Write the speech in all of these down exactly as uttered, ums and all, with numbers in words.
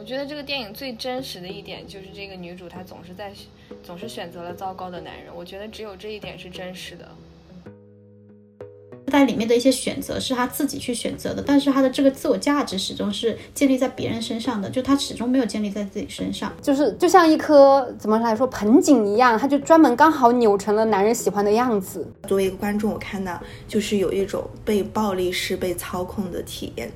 我觉得这个电影最真实的一点就是这个女主她总是在总是选择了糟糕的男人，我觉得只有这一点是真实的。 在里面的一些选择是他自己去选择的，但是他的这个自我价值始终是建立在别人身上的，就他始终没有建立在自己身上， 就是就像一颗怎么来说盆景一样，他就专门刚好扭成了男人喜欢的样子。 作为一个观众，我看到就是有一种被暴力式被操控的体验。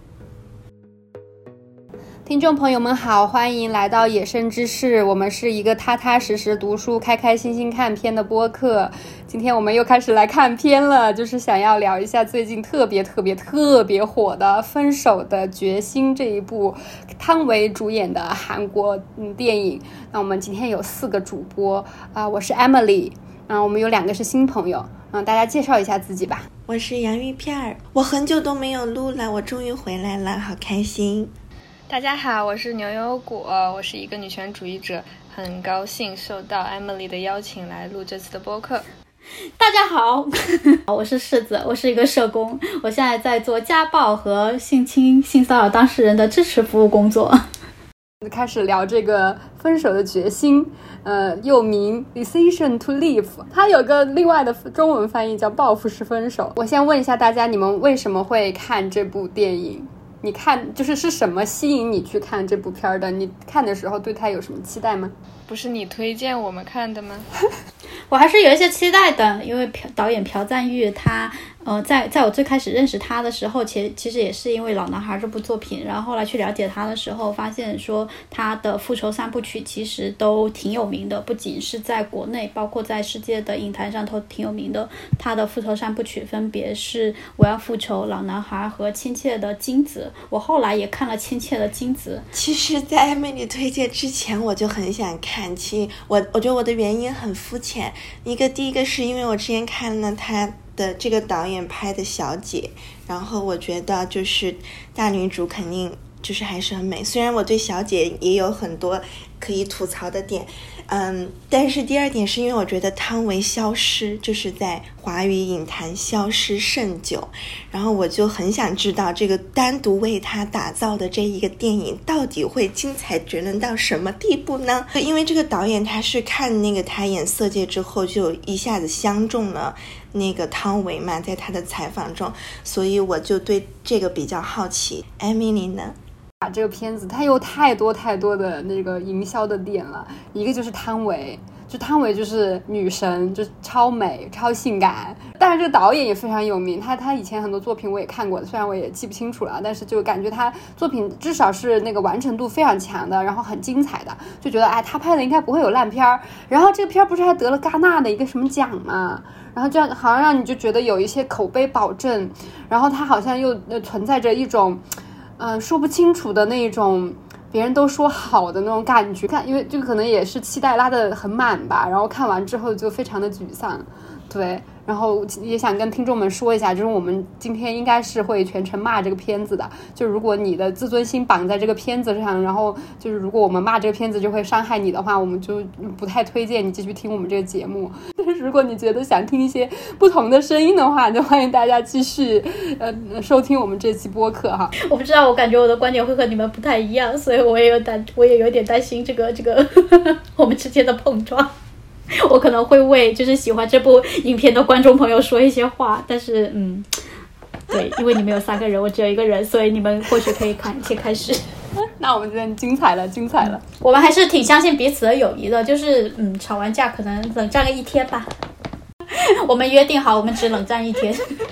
听众朋友们好，欢迎来到野生知识，我们是一个踏踏实实读书开开心心看片的播客。今天我们又开始来看片了，就是想要聊一下最近特别特别特别火的《分手的决心》这一部汤唯主演的韩国电影。那我们今天有四个主播啊、呃，我是 Emily， 啊，我们有两个是新朋友，让大家介绍一下自己吧。 我是洋芋片儿，我很久都没有录了，我终于回来了，好开心。 大家好，我是牛油果，我是一个女权主义者，很高兴受到 Emily 的邀请来录这次的播客。 大家好，我是柿子，我是一个社工，我现在在做家暴和性侵、性骚扰当事人的支持服务工作。 开始聊这个分手的决心，呃，又名 Decision to Leave， 它有个另外的中文翻译叫报复式分手。我先问一下大家，你们为什么会看这部电影？你看就是是什么吸引你去看这部片的？你看的时候对它有什么期待吗？ 不是你推荐我们看的吗？ 我还是有一些期待的，因为导演朴赞郁他呃，在在我最开始认识他的时候，其其实也是因为《老男孩》这部作品，然后后来去了解他的时候，发现说他的复仇三部曲其实都挺有名的，不仅是在国内，包括在世界的影坛上都挺有名的。他的复仇三部曲分别是《我要复仇》、《老男孩》和《亲切的金子》。我后来也看了《亲切的金子》。 其实在艾美丽推荐之前我就很想看，其实我我觉得我的原因很肤浅，一个第一个是因为我之前看了他的这个导演拍的小姐，然后我觉得就是大女主肯定就是还是很美，虽然我对小姐也有很多可以吐槽的点，嗯，但是第二点是因为我觉得汤唯消失就是在华语影坛消失甚久，然后我就很想知道这个单独为她打造的这一个电影到底会精彩绝伦到什么地步呢？因为这个导演他是看那个他演《色戒》之后就一下子相中了那个汤唯嘛，在他的采访中，所以我就对这个比较好奇。Emily 呢？ 把这个片子它有太多太多的那个营销的点了，一个就是汤唯，就汤唯就是女神，就是超美超性感，但是这个导演也非常有名，他他以前很多作品我也看过的，虽然我也记不清楚了，但是就感觉他作品至少是那个完成度非常强的，然后很精彩的，就觉得哎他拍的应该不会有烂片儿。然后这个片儿不是还得了戛纳的一个什么奖嘛，然后这样好像让你就觉得有一些口碑保证，然后他好像又呃存在着一种呃，说不清楚的那种别人都说好的那种感觉，看，因为这个可能也是期待拉得很满吧，然后看完之后就非常的沮丧，对，然后也想跟听众们说一下，就是我们今天应该是会全程骂这个片子的，就如果你的自尊心绑在这个片子上，然后就是如果我们骂这个片子就会伤害你的话，我们就不太推荐你继续听我们这个节目。但是如果你觉得想听一些不同的声音的话，就欢迎大家继续呃收听我们这期播客哈。 我不知道，我感觉我的观点会和你们不太一样，所以我也有担，我也有点担心这个这个我们之间的碰撞。我可能会为就是喜欢这部影片的观众朋友说一些话，但是嗯，对，因为你们有三个人，我只有一个人，所以你们或许可以看先开始。 那我们今天精彩了，精彩了、嗯！ 我们还是挺相信彼此的友谊的，就是嗯，吵完架可能冷战个一天吧。我们约定好，我们只冷战一天。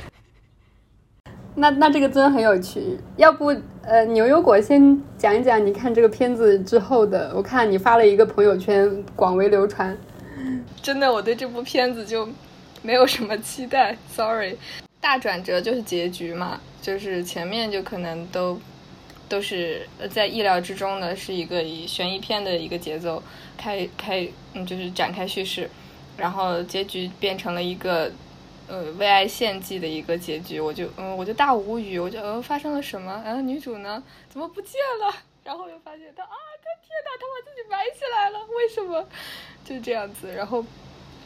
那那这个真的很有趣，要不呃牛油果先讲一讲你看这个片子之后的，我看你发了一个朋友圈广为流传。 真的我对这部片子就没有什么期待 sorry， 大转折就是结局嘛，就是前面就可能都都是在意料之中的，是一个以悬疑片的一个节奏开开嗯就是展开叙事，然后结局变成了一个呃为爱献祭的一个结局，我就嗯我就大无语，我就呃发生了什么？呃女主呢怎么不见了？然后又发现她啊，她天哪，她把自己埋起来了，为什么？就这样子，然后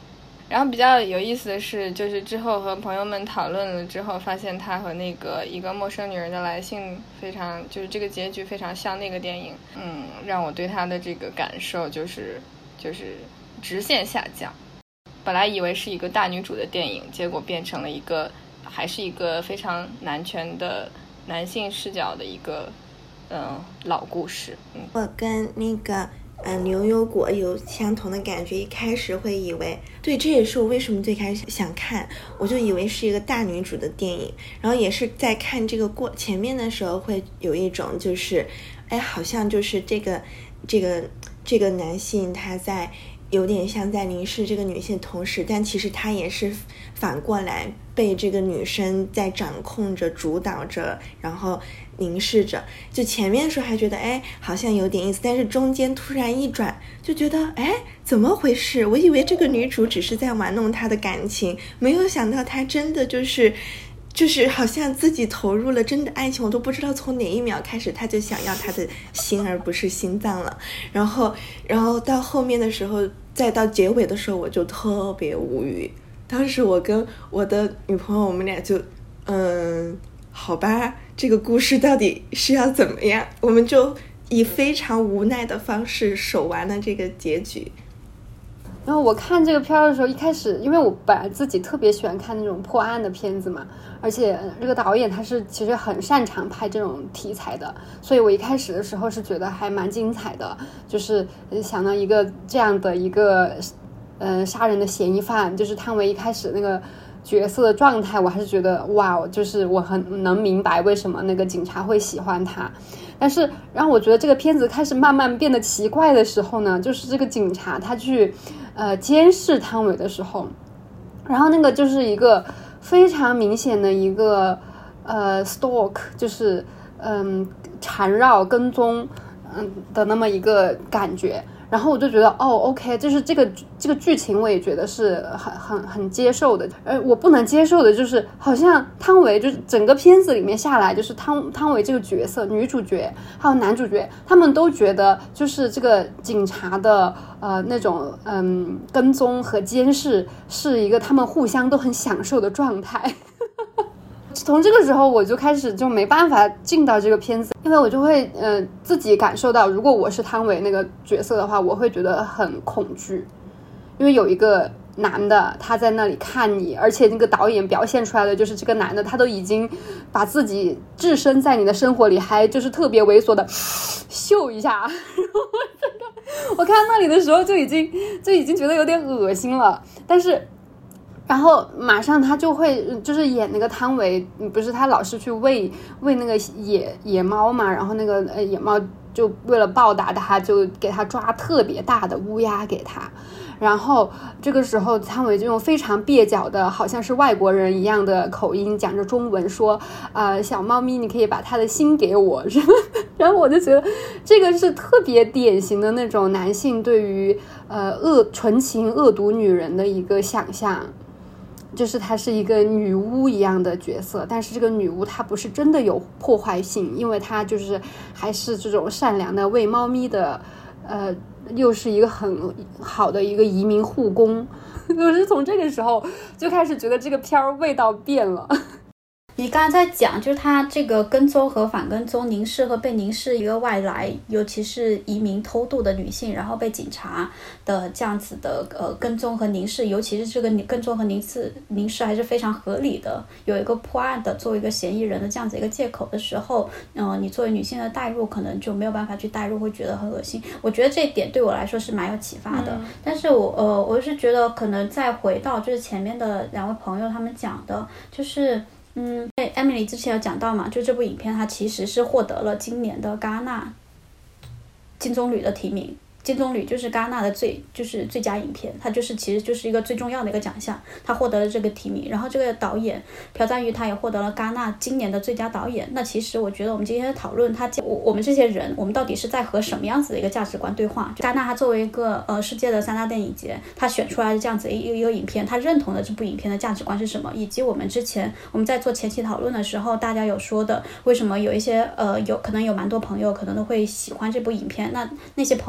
然后比较有意思的是，就是之后和朋友们讨论了之后，发现他和那个一个陌生女人的来信非常，就是这个结局非常像那个电影。嗯，让我对他的这个感受就是就是直线下降。本来以为是一个大女主的电影，结果变成了一个还是一个非常男权的男性视角的一个嗯老故事。嗯， 我跟那个呃牛油果有相同的感觉，一开始会以为，对，这也是我为什么最开始想看，我就以为是一个大女主的电影，然后也是在看这个过前面的时候会有一种就是哎好像就是这个这个这个男性他在有点像在凝视这个女性的同时，但其实他也是反过来被这个女生在掌控着主导着，然后凝视着。就前面的时候还觉得哎好像有点意思，但是中间突然一转就觉得哎怎么回事，我以为这个女主只是在玩弄她的感情，没有想到她真的就是就是好像自己投入了真的爱情，我都不知道从哪一秒开始他就想要他的心而不是心脏了。然后然后到后面的时候，再到结尾的时候，我就特别无语。当时我跟我的女朋友，我们俩就嗯好吧，这个故事到底是要怎么样，我们就以非常无奈的方式守完了这个结局。 然后我看这个片的时候，一开始因为我本来自己特别喜欢看那种破案的片子嘛，而且这个导演他是其实很擅长拍这种题材的，所以我一开始的时候是觉得还蛮精彩的，就是想到一个这样的一个呃杀人的嫌疑犯，就是汤唯一开始那个角色的状态，我还是觉得哇，就是我很能明白为什么那个警察会喜欢他。但是让我觉得这个片子开始慢慢变得奇怪的时候呢，就是这个警察他去呃监视汤唯的时候，然后那个就是一个非常明显的一个呃 stalk， 就是嗯缠绕跟踪嗯的那么一个感觉。然后我就觉得哦 OK， 就是这个这个剧情我也觉得是很很很接受的。呃我不能接受的就是好像汤唯就是整个片子里面下来，就是汤汤唯这个角色，女主角还有男主角，他们都觉得就是这个警察的呃那种嗯跟踪和监视是一个他们互相都很享受的状态。从这个时候我就开始就没办法进到这个片子，因为我就会呃自己感受到，如果我是汤唯那个角色的话，我会觉得很恐惧，因为有一个男的他在那里看你，而且那个导演表现出来的就是这个男的他都已经把自己置身在你的生活里，还就是特别猥琐的秀一下。我看到那里的时候就已经就已经觉得有点恶心了，但是然后马上他就会就是演那个汤唯，不是他老是去喂喂那个野野猫嘛，然后那个呃野猫就为了报答他，就给他抓特别大的乌鸦给他。然后这个时候汤唯就用非常蹩脚的好像是外国人一样的口音讲着中文说呃小猫咪你可以把它的心给我是吧。然后我就觉得这个是特别典型的那种男性对于呃恶纯情恶毒女人的一个想象，就是她是一个女巫一样的角色，但是这个女巫她不是真的有破坏性，因为她就是还是这种善良的喂猫咪的呃又是一个很好的一个移民护工。我是从这个时候就开始觉得这个片儿味道变了。 你刚才在讲就是他这个跟踪和反跟踪，凝视和被凝视一个外来尤其是移民偷渡的女性，然后被警察的这样子的呃跟踪和凝视，尤其是这个跟踪和凝视凝视还是非常合理的，有一个破案的作为一个嫌疑人的这样子一个借口的时候，呃你作为女性的代入可能就没有办法去代入，会觉得很恶心。我觉得这一点对我来说是蛮有启发的、嗯、但是我呃我是觉得可能再回到就是前面的两位朋友他们讲的，就是嗯 Emily 之前有讲到嘛，就这部影片它其实是获得了今年的戛纳金棕榈的提名，金棕榈就是戛纳的最就是最佳影片，它就是其实就是一个最重要的一个奖项，它获得了这个提名。然后这个导演朴赞郁他也获得了戛纳今年的最佳导演。那其实我觉得我们今天的讨论，他我我们这些人我们到底是在和什么样子的一个价值观对话？戛纳它作为一个呃世界的三大电影节，他选出来的这样子一个一个影片，他认同的这部影片的价值观是什么？以及我们之前我们在做前期讨论的时候，大家有说的为什么有一些呃有可能有蛮多朋友可能都会喜欢这部影片，那那些朋友他们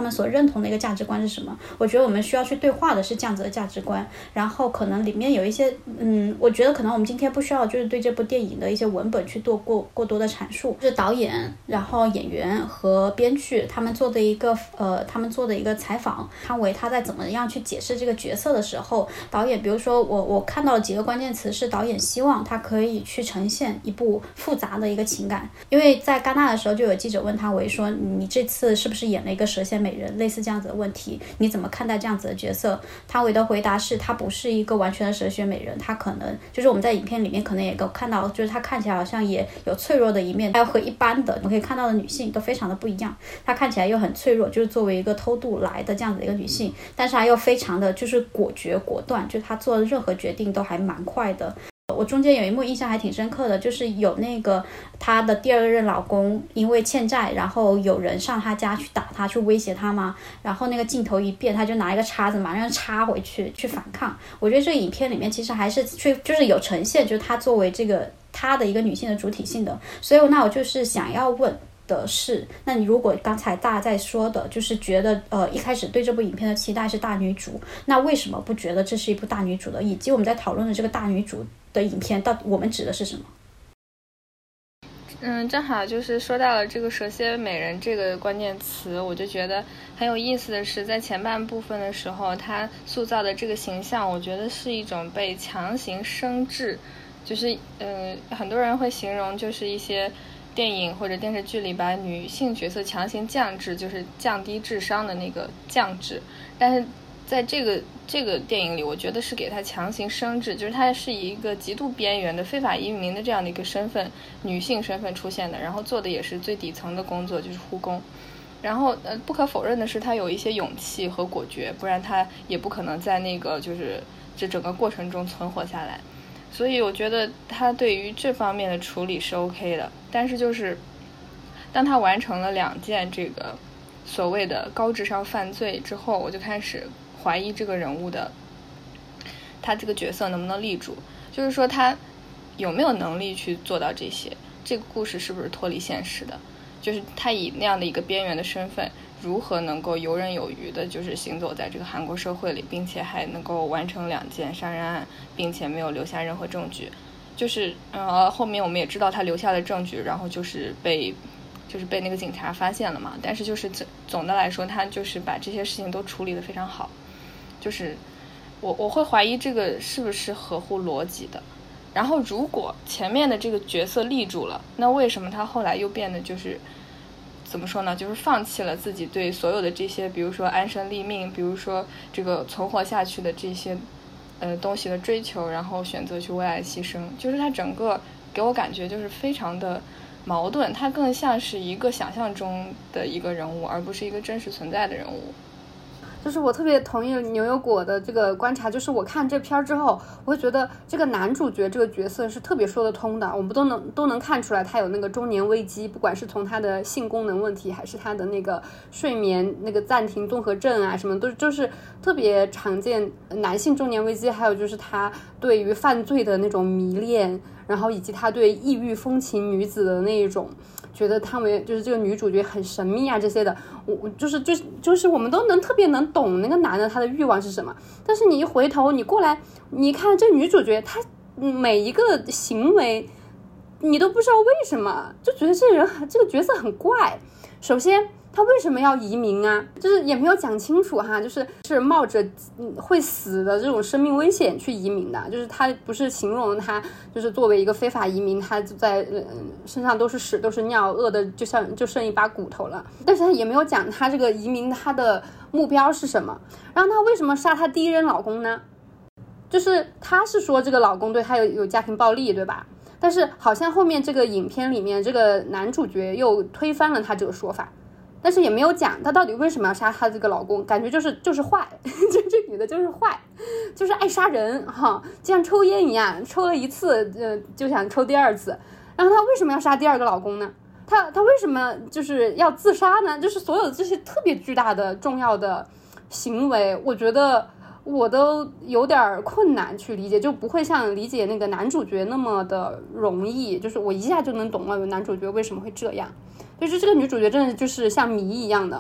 们所认同的一个价值观是什么。我觉得我们需要去对话的是这样子的价值观，然后可能里面有一些嗯，我觉得可能我们今天不需要就是对这部电影的一些文本去做过过多的阐述，就是导演然后演员和编剧他们做的一个呃他们做的一个采访，汤唯他在怎么样去解释这个角色的时候，导演比如说我我看到了几个关键词是导演希望他可以去呈现一部复杂的一个情感。因为在戛纳的时候就有记者问汤唯说你这次是不是演了一个蛇蝎美人，类似这样子的问题，你怎么看待这样子的角色？汤唯的回答是她不是一个完全的蛇蝎美人，她可能就是我们在影片里面可能也有看到，就是她看起来好像也有脆弱的一面，还有和一般的我们可以看到的女性都非常的不一样。她看起来又很脆弱，就是作为一个偷渡来的这样子的一个女性，但是她又非常的就是果决果断，就她做的任何决定都还蛮快的。我中间有一幕印象还挺深刻的，就是有那个她的第二任老公因为欠债，然后有人上她家去打她，去威胁她嘛，然后那个镜头一变，她就拿一个叉子马上插回去去反抗。我觉得这个影片里面其实还是去就是有呈现，就是她作为这个她的一个女性的主体性的。所以那我就是想要问的是，那你如果刚才大家在说的就是觉得呃一开始对这部影片的期待是大女主，那为什么不觉得这是一部大女主的？以及我们在讨论的这个大女主的影片到底我们指的是什么？ 嗯，正好就是说到了这个蛇蝎美人这个关键词，我就觉得很有意思的是，在前半部分的时候，她塑造的这个形象，我觉得是一种被强行升智，就是嗯、呃，很多人会形容就是一些电影或者电视剧里把女性角色强行降智，就是降低智商的那个降智，但是在这个这个电影里，我觉得是给她强行升智，就是她是以一个极度边缘的非法移民的这样的一个身份，女性身份出现的，然后做的也是最底层的工作，就是护工。然后呃，不可否认的是，她有一些勇气和果决，不然她也不可能在那个就是这整个过程中存活下来。所以我觉得她对于这方面的处理是 OK 的，但是就是当她完成了两件这个所谓的高智商犯罪之后，我就开始怀疑这个人物的他这个角色能不能立住，就是说他有没有能力去做到这些，这个故事是不是脱离现实的，就是他以那样的一个边缘的身份如何能够游刃有余的就是行走在这个韩国社会里，并且还能够完成两件杀人案，并且没有留下任何证据。就是呃，后面我们也知道他留下了证据，然后就是被就是被那个警察发现了嘛，但是就是总的来说他就是把这些事情都处理得非常好。就是我我会怀疑这个是不是合乎逻辑的。然后如果前面的这个角色立住了，那为什么他后来又变得就是怎么说呢，就是放弃了自己对所有的这些比如说安身立命，比如说这个存活下去的这些呃东西的追求，然后选择去为爱牺牲。就是他整个给我感觉就是非常的矛盾，他更像是一个想象中的一个人物，而不是一个真实存在的人物。 就是我特别同意牛油果的这个观察，就是我看这片之后，我会觉得这个男主角这个角色是特别说得通的，我们都能都能看出来他有那个中年危机，不管是从他的性功能问题，还是他的那个睡眠那个暂停综合症啊，什么都就是特别常见男性中年危机，还有就是他对于犯罪的那种迷恋，然后以及他对异域风情女子的那一种觉得他们就是这个女主角很神秘啊这些的，我我就是就是就是我们都能特别能懂那个男的他的欲望是什么。但是你一回头你过来你看这女主角她每一个行为你都不知道为什么，就觉得这人这个角色很怪。首先他为什么要移民啊，就是也没有讲清楚哈，就是是冒着会死的这种生命危险去移民的，就是他不是形容他就是作为一个非法移民，他就在、呃、身上都是屎都是尿，饿的就像就剩一把骨头了。但是他也没有讲他这个移民他的目标是什么，然后他为什么杀他第一任老公呢？就是他是说这个老公对他有有家庭暴力对吧，但是好像后面这个影片里面这个男主角又推翻了他这个说法，但是也没有讲他到底为什么要杀他这个老公，感觉就是就是坏这这女的就是坏，就是爱杀人哈，就像抽烟一样，抽了一次呃就想抽第二次。然后他为什么要杀第二个老公呢？他他为什么就是要自杀呢？就是所有这些特别巨大的重要的行为，我觉得我都有点困难去理解，就不会像理解那个男主角那么的容易，就是我一下就能懂了男主角为什么会这样。就是这个女主角真的就是像谜一样的，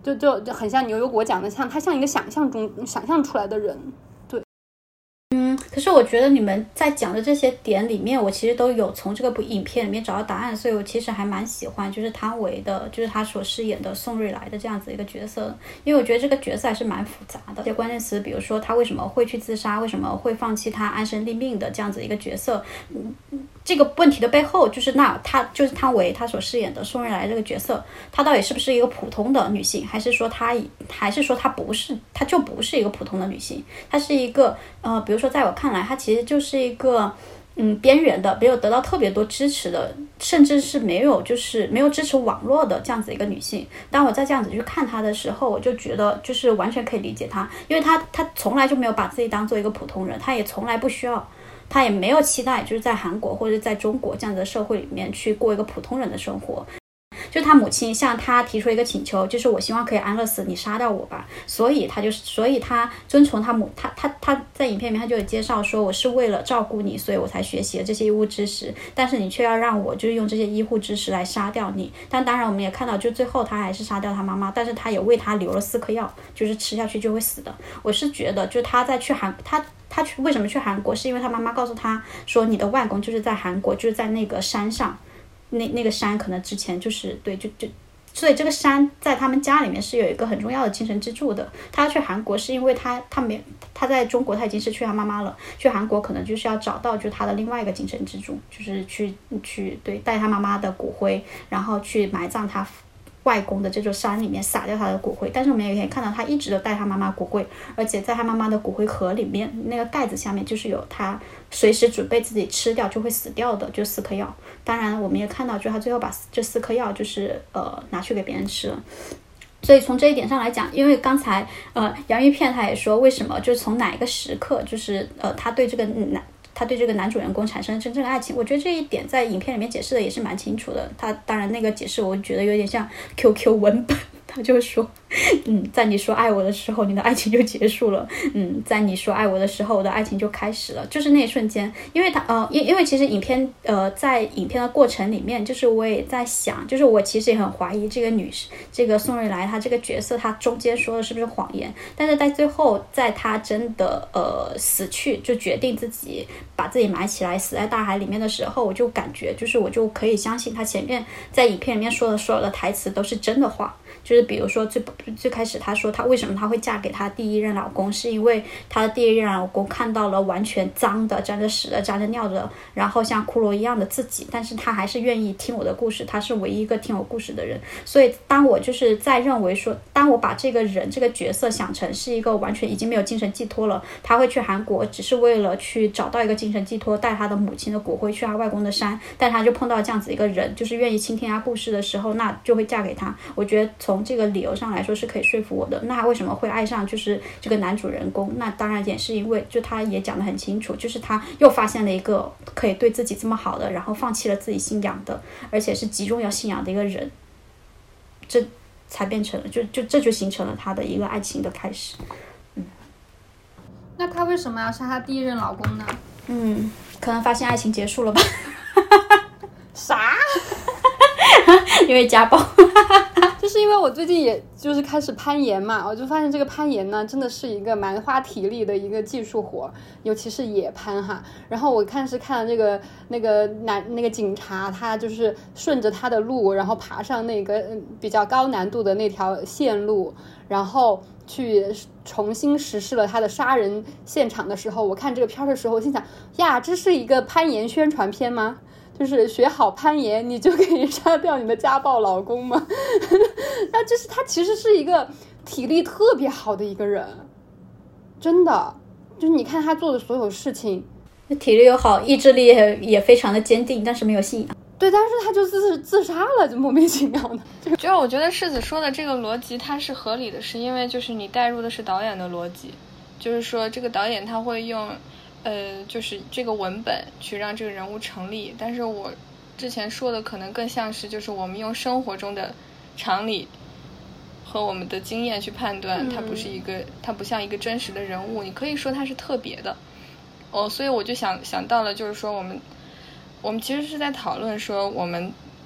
就就就很像牛油果讲的，像他像一个想象中想象出来的人。 嗯，可是我觉得你们在讲的这些点里面，我其实都有从这个部影片里面找到答案，所以我其实还蛮喜欢就是汤唯的，就是他所饰演的宋瑞来的这样子一个角色，因为我觉得这个角色还是蛮复杂的，这些关键词，比如说他为什么会去自杀，为什么会放弃他安身立命的这样子一个角色，嗯，这个问题的背后就是那他就是汤唯他所饰演的宋瑞来这个角色，他到底是不是一个普通的女性，还是说他还是说他不是，他就不是一个普通的女性，他是一个呃，比如说在我看来，他其实就是一个嗯边缘的，没有得到特别多支持的，甚至是没有就是没有支持网络的这样子一个女性。当我在这样子去看她的时候，我就觉得就是完全可以理解她，因为她她从来就没有把自己当做一个普通人，她也从来不需要，她也没有期待就是在韩国或者在中国这样子的社会里面去过一个普通人的生活。就他母亲向他提出一个请求，就是我希望可以安乐死，你杀掉我吧。所以他就是所以他遵从他母他他他在影片里面他就有介绍说，我是为了照顾你，所以我才学习了这些医护知识，但是你却要让我就是用这些医护知识来杀掉你。但当然我们也看到，就最后他还是杀掉他妈妈，但是他也为他留了四颗药，就是吃下去就会死的。我是觉得就他在去韩他他去为什么去韩国，是因为他妈妈告诉他说，你的外公就是在韩国，就是在那个山上，那那个山可能之前就是对就就所以这个山在他们家里面是有一个很重要的精神支柱的。他去韩国是因为他他没他在中国他已经失去他妈妈了，去韩国可能就是要找到就是他的另外一个精神支柱，就是去去对带他妈妈的骨灰，然后去埋葬他外公的这座山里面，撒掉他的骨灰。但是我们也可以看到他一直都带他妈妈骨灰，而且在他妈妈的骨灰盒里面那个盖子下面就是有他随时准备自己吃掉就会死掉的就四颗药。当然我们也看到就他最后把这四颗药就是呃拿去给别人吃了。所以从这一点上来讲，因为刚才呃洋芋片他也说为什么就是从哪一个时刻就是呃他对这个男他对这个男主人公产生真正的爱情，我觉得这一点在影片里面解释的也是蛮清楚的。他当然那个解释我觉得有点像 Q Q 文本，他就说嗯，在你说爱我的时候你的爱情就结束了，嗯，在你说爱我的时候我的爱情就开始了，就是那一瞬间。因为他呃因因为其实影片呃在影片的过程里面，就是我也在想，就是我其实也很怀疑这个女这个宋瑞来她这个角色她中间说的是不是谎言，但是在最后在她真的呃死去就决定自己把自己埋起来死在大海里面的时候，我就感觉就是我就可以相信她前面在影片里面说的所有的台词都是真的话。就是比如说最最开始她说她为什么她会嫁给她第一任老公，是因为她的第一任老公看到了完全脏的沾着屎的沾着尿的然后像骷髅一样的自己，但是她还是愿意听我的故事，她是唯一一个听我故事的人。所以当我就是在认为说，当我把这个人这个角色想成是一个完全已经没有精神寄托了，他会去韩国只是为了去找到一个精神寄托，带他的母亲的骨灰去他外公的山，但他就碰到这样子一个人，就是愿意倾听他故事的时候，那就会嫁给他。我觉得从这个理由上来说是可以说服我的。那他为什么会爱上就是这个男主人公，那当然也是因为就他也讲得很清楚，就是他又发现了一个可以对自己这么好的，然后放弃了自己信仰的，而且是极重要信仰的一个人，这才变成了就就这就形成了他的一个爱情的开始。嗯， 那他为什么要杀他第一任老公呢？ 嗯，可能发现爱情结束了吧。 啥？ 因为家暴。 就是因为我最近也就是开始攀岩嘛，我就发现这个攀岩呢真的是一个蛮花体力的一个技术活，尤其是野攀哈。然后我看是看了这个那个男那个警察，他就是顺着他的路，然后爬上那个比较高难度的那条线路，然后去重新实施了他的杀人现场的时候，我看这个片的时候，我心想呀，这是一个攀岩宣传片吗？就是学好攀岩你就可以杀掉你的家暴老公吗？那就是他其实是一个体力特别好的一个人，真的，就是你看他做的所有事情， 体力又好，意志力也也非常的坚定，但是没有信仰。 对，但是他就自自杀了，就莫名其妙的。 就我觉得世子说的这个逻辑它是合理的，是因为就是你带入的是导演的逻辑，就是说这个导演他会用呃，就是这个文本去让这个人物成立，但是我之前说的可能更像是就是我们用生活中的常理和我们的经验去判断，它不是一个，它不像一个真实的人物，你可以说它是特别的。哦，所以我就想想到了，就是说我们我们其实是在讨论说我们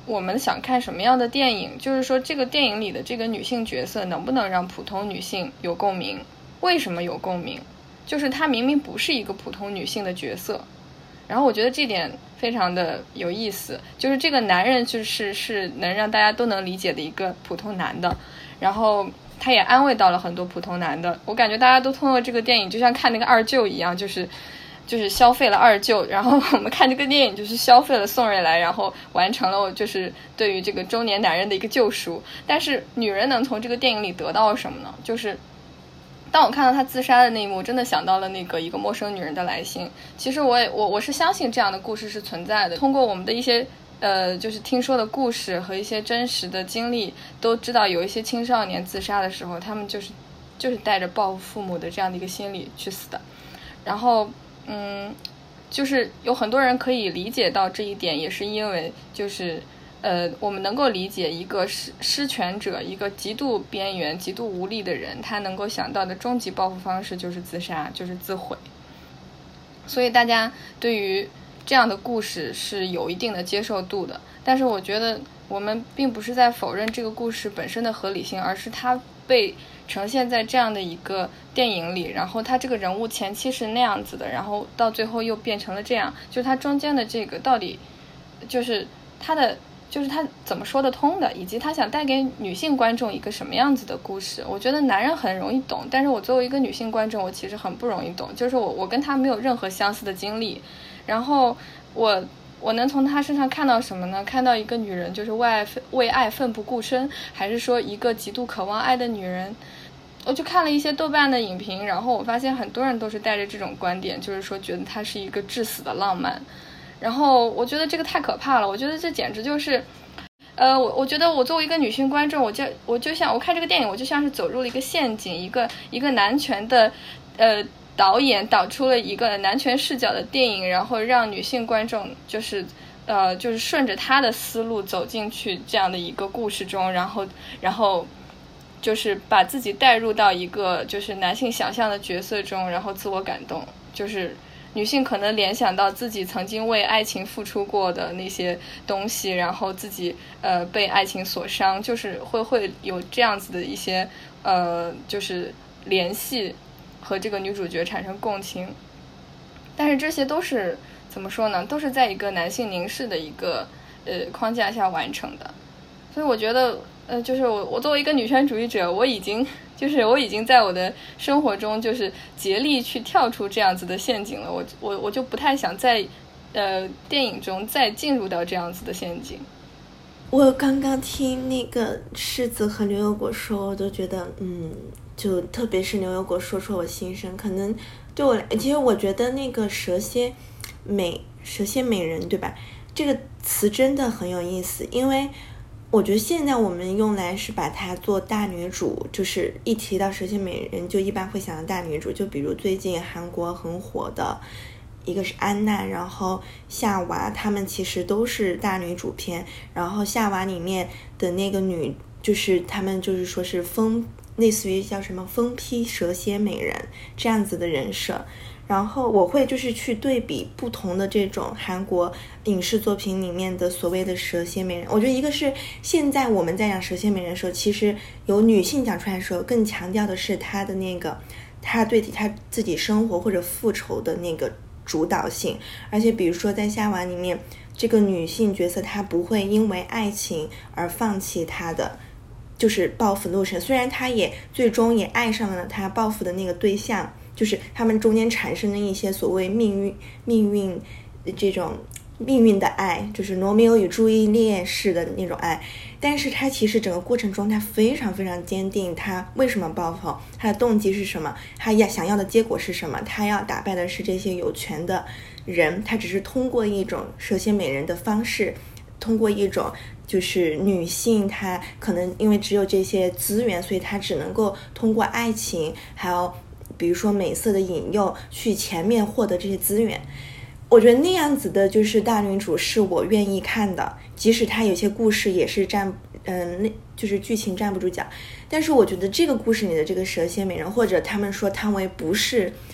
我们想看什么样的电影，就是说这个电影里的这个女性角色能不能让普通女性有共鸣，为什么有共鸣，就是她明明不是一个普通女性的角色。然后我觉得这点非常的有意思，就是这个男人就是是能让大家都能理解的一个普通男的，然后他也安慰到了很多普通男的。我感觉大家都通过这个电影就像看那个二舅一样，就是就是消费了二舅，然后我们看这个电影就是消费了宋瑞来，然后完成了就是对于这个中年男人的一个救赎。但是女人能从这个电影里得到什么呢？就是当我看到他自杀的那一幕，真的想到了那个一个陌生女人的来信。其实我也我我是相信这样的故事是存在的，通过我们的一些呃就是听说的故事和一些真实的经历，都知道有一些青少年自杀的时候，他们就是就是带着报复父母的这样的一个心理去死的。然后嗯，就是有很多人可以理解到这一点，也是因为就是呃，我们能够理解一个失失权者，一个极度边缘、极度无力的人，他能够想到的终极报复方式就是自杀，就是自毁。所以大家对于这样的故事是有一定的接受度的。但是我觉得我们并不是在否认这个故事本身的合理性，而是它被呈现在这样的一个电影里，然后他这个人物前期是那样子的，然后到最后又变成了这样，就是他中间的这个到底就是他的就是他怎么说得通的，以及他想带给女性观众一个什么样子的故事。我觉得男人很容易懂，但是我作为一个女性观众，我其实很不容易懂，就是我我跟他没有任何相似的经历，然后我我能从他身上看到什么呢？看到一个女人就是为爱为爱奋不顾身，还是说一个极度渴望爱的女人？我就看了一些豆瓣的影评，然后我发现很多人都是带着这种观点，就是说觉得它是一个致死的浪漫。然后我觉得这个太可怕了，我觉得这简直就是呃，我我觉得我作为一个女性观众，我就我就像我看这个电影，我就像是走入了一个陷阱，一个一个男权的呃导演导出了一个男权视角的电影，然后让女性观众就是呃就是顺着他的思路走进去这样的一个故事中，然后然后就是把自己带入到一个就是男性想象的角色中，然后自我感动，就是女性可能联想到自己曾经为爱情付出过的那些东西，然后自己呃被爱情所伤，就是会会有这样子的一些呃就是联系，和这个女主角产生共情。但是这些都是怎么说呢，都是在一个男性凝视的一个呃框架下完成的。所以我觉得呃就是我我作为一个女权主义者，我已经就是我已经在我的生活中就是竭力去跳出这样子的陷阱了，我我我就不太想在呃电影中再进入到这样子的陷阱。 我刚刚听那个柿子和牛油果说，我都觉得嗯，就特别是牛油果说出我心声，可能对我其实我觉得那个蛇蝎美蛇蝎美人对吧，这个词真的很有意思，因为我觉得现在我们用来是把它做大女主，就是一提到蛇蝎美人就一般会想到大女主，就比如最近韩国很火的一个是安娜，然后夏娃，她们其实都是大女主片，然后夏娃里面的那个女就是她们就是说是疯，类似于叫什么疯批蛇蝎美人这样子的人设。然后我会就是去对比不同的这种韩国影视作品里面的所谓的蛇蝎美人，我觉得一个是现在我们在讲蛇蝎美人的时候，其实有女性讲出来的时候更强调的是她的那个她对她自己生活或者复仇的那个主导性。而且比如说在夏娃里面，这个女性角色她不会因为爱情而放弃她的就是报复路程，虽然她也最终也爱上了她报复的那个对象，就是他们中间产生的一些所谓命运命运这种命运的爱，就是罗密欧与朱丽叶式的那种爱。但是他其实整个过程中他非常非常坚定，他为什么报复，他的动机是什么，他要想要的结果是什么，他要打败的是这些有权的人，他只是通过一种蛇蝎美人的方式，通过一种就是女性她可能因为只有这些资源，所以她只能够通过爱情还有比如说美色的引诱去前面获得这些资源。我觉得那样子的就是大女主是我愿意看的，即使她有些故事也是站嗯，那就是剧情站不住脚，但是我觉得这个故事里的这个蛇蝎美人，或者他们说汤唯不是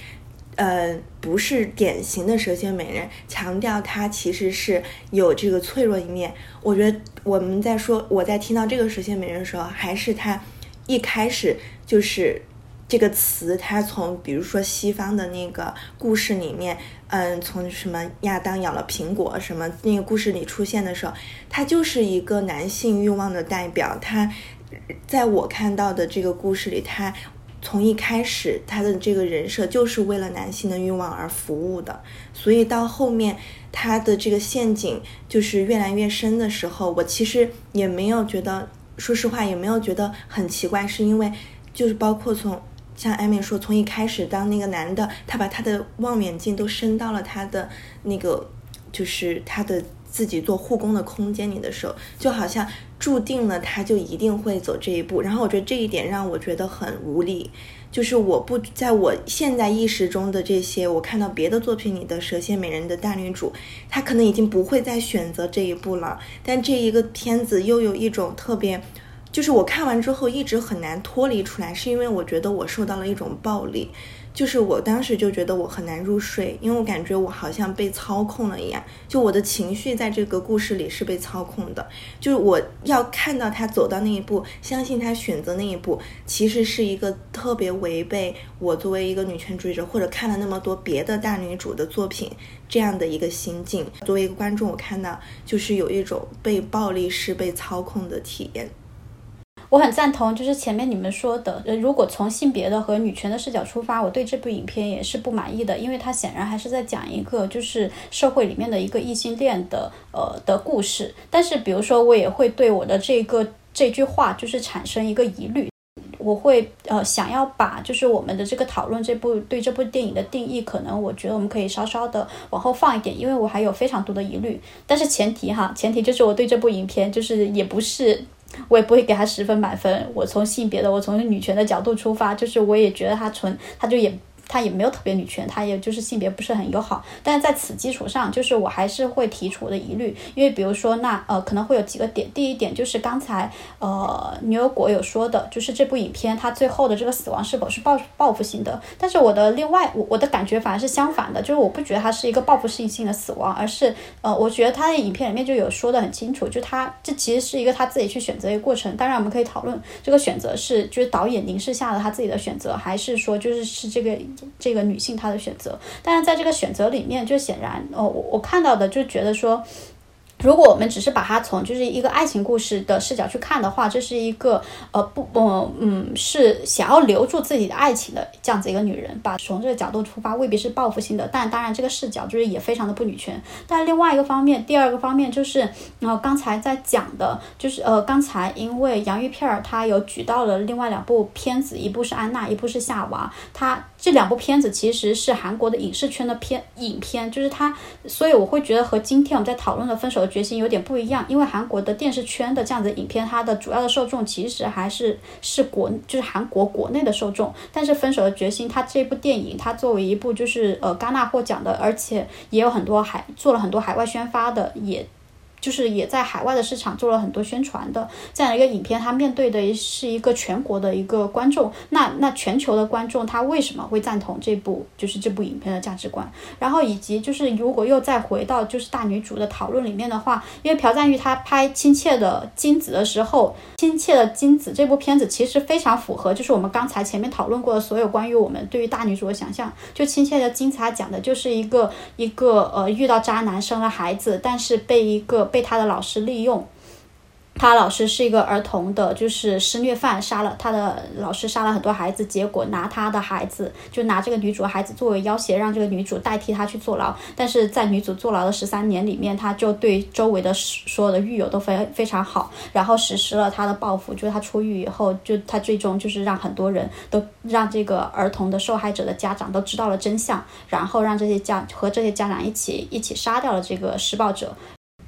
呃，不是典型的蛇蝎美人，强调她其实是有这个脆弱一面。我觉得我们在说，我在听到这个蛇蝎美人的时候，还是她一开始就是这个词，它从比如说西方的那个故事里面，嗯，从什么亚当咬了苹果什么那个故事里出现的时候，它就是一个男性欲望的代表。它在我看到的这个故事里，它从一开始他的这个人设就是为了男性的欲望而服务的，所以到后面他的这个陷阱就是越来越深的时候，我其实也没有觉得，说实话也没有觉得很奇怪，是因为就是包括从像艾米说，从一开始当那个男的他把他的望远镜都伸到了他的那个就是他的自己做护工的空间里的时候，就好像注定了他就一定会走这一步。然后我觉得这一点让我觉得很无力，就是我不在我现在意识中的这些我看到别的作品里的蛇蝎美人的大女主，她可能已经不会再选择这一步了，但这一个片子又有一种特别，就是我看完之后一直很难脱离出来，是因为我觉得我受到了一种暴力，就是我当时就觉得我很难入睡，因为我感觉我好像被操控了一样，就我的情绪在这个故事里是被操控的，就是我要看到他走到那一步，相信他选择那一步，其实是一个特别违背我作为一个女权主义者或者看了那么多别的大女主的作品这样的一个心境。作为一个观众，我看到就是有一种被暴力式被操控的体验。 我很赞同，就是前面你们说的，如果从性别的和女权的视角出发，我对这部影片也是不满意的，因为它显然还是在讲一个就是社会里面的一个异性恋的呃的故事。但是比如说我也会对我的这个这句话就是产生一个疑虑，我会呃想要把就是我们的这个讨论这部对这部电影的定义，可能我觉得我们可以稍稍的往后放一点，因为我还有非常多的疑虑。但是前提哈，前提就是我对这部影片就是也不是。我也不会给他十分满分，我从性别的我从女权的角度出发，就是我也觉得他纯他就也他也没有特别女权，他也就是性别不是很友好。但是在此基础上，就是我还是会提出我的疑虑，因为比如说那呃可能会有几个点。第一点就是刚才呃牛油果有说的，就是这部影片它最后的这个死亡是否是报报复性的。但是我的另外我我的感觉反而是相反的，就是我不觉得它是一个报复性性的死亡，而是呃我觉得他的影片里面就有说的很清楚，就他这其实是一个他自己去选择一个过程。当然我们可以讨论这个选择是就是导演凝视下了他自己的选择，还是说就是是这个这个女性她的选择。但是在这个选择里面，就显然哦，我我看到的就觉得说，如果我们只是把它从就是一个爱情故事的视角去看的话，这是一个呃不呃嗯是想要留住自己的爱情的这样子一个女人，把从这个角度出发未必是报复性的，但当然这个视角就是也非常的不女权。但另外一个方面，第二个方面就是呃刚才在讲的就是呃刚才因为洋芋片她有举到了另外两部片子，一部是安娜，一部是夏娃，她这两部片子其实是韩国的影视圈的片影片，就是它，所以我会觉得和今天我们在讨论的分手的决心有点不一样。因为韩国的电视圈的这样子的影片，它的主要的受众其实还是是国就是韩国国内的受众。但是分手的决心它这部电影，它作为一部就是呃戛纳获奖的，而且也有很多海做了很多海外宣发的，也就是也在海外的市场做了很多宣传的这样的一个影片，它面对的是一个全国的一个观众，那那全球的观众他为什么会赞同这部就是这部影片的价值观。然后以及就是如果又再回到就是大女主的讨论里面的话，因为朴赞郁她拍亲切的金子的时候，亲切的金子这部片子其实非常符合就是我们刚才前面讨论过的所有关于我们对于大女主的想象。就亲切的金子它讲的就是一个一个呃遇到渣男生了孩子，但是被一个被他的老师利用，他老师是一个儿童的就是施虐犯，杀了他的老师杀了很多孩子，结果拿他的孩子就拿这个女主的孩子作为要挟，让这个女主代替他去坐牢。但是在女主坐牢的十三年里面，他就对周围的所有的狱友都非非常好，然后实施了他的报复，就是他出狱以后，就他最终就是让很多人都让这个儿童的受害者的家长都知道了真相，然后让这些家和这些家长一起一起杀掉了这个施暴者。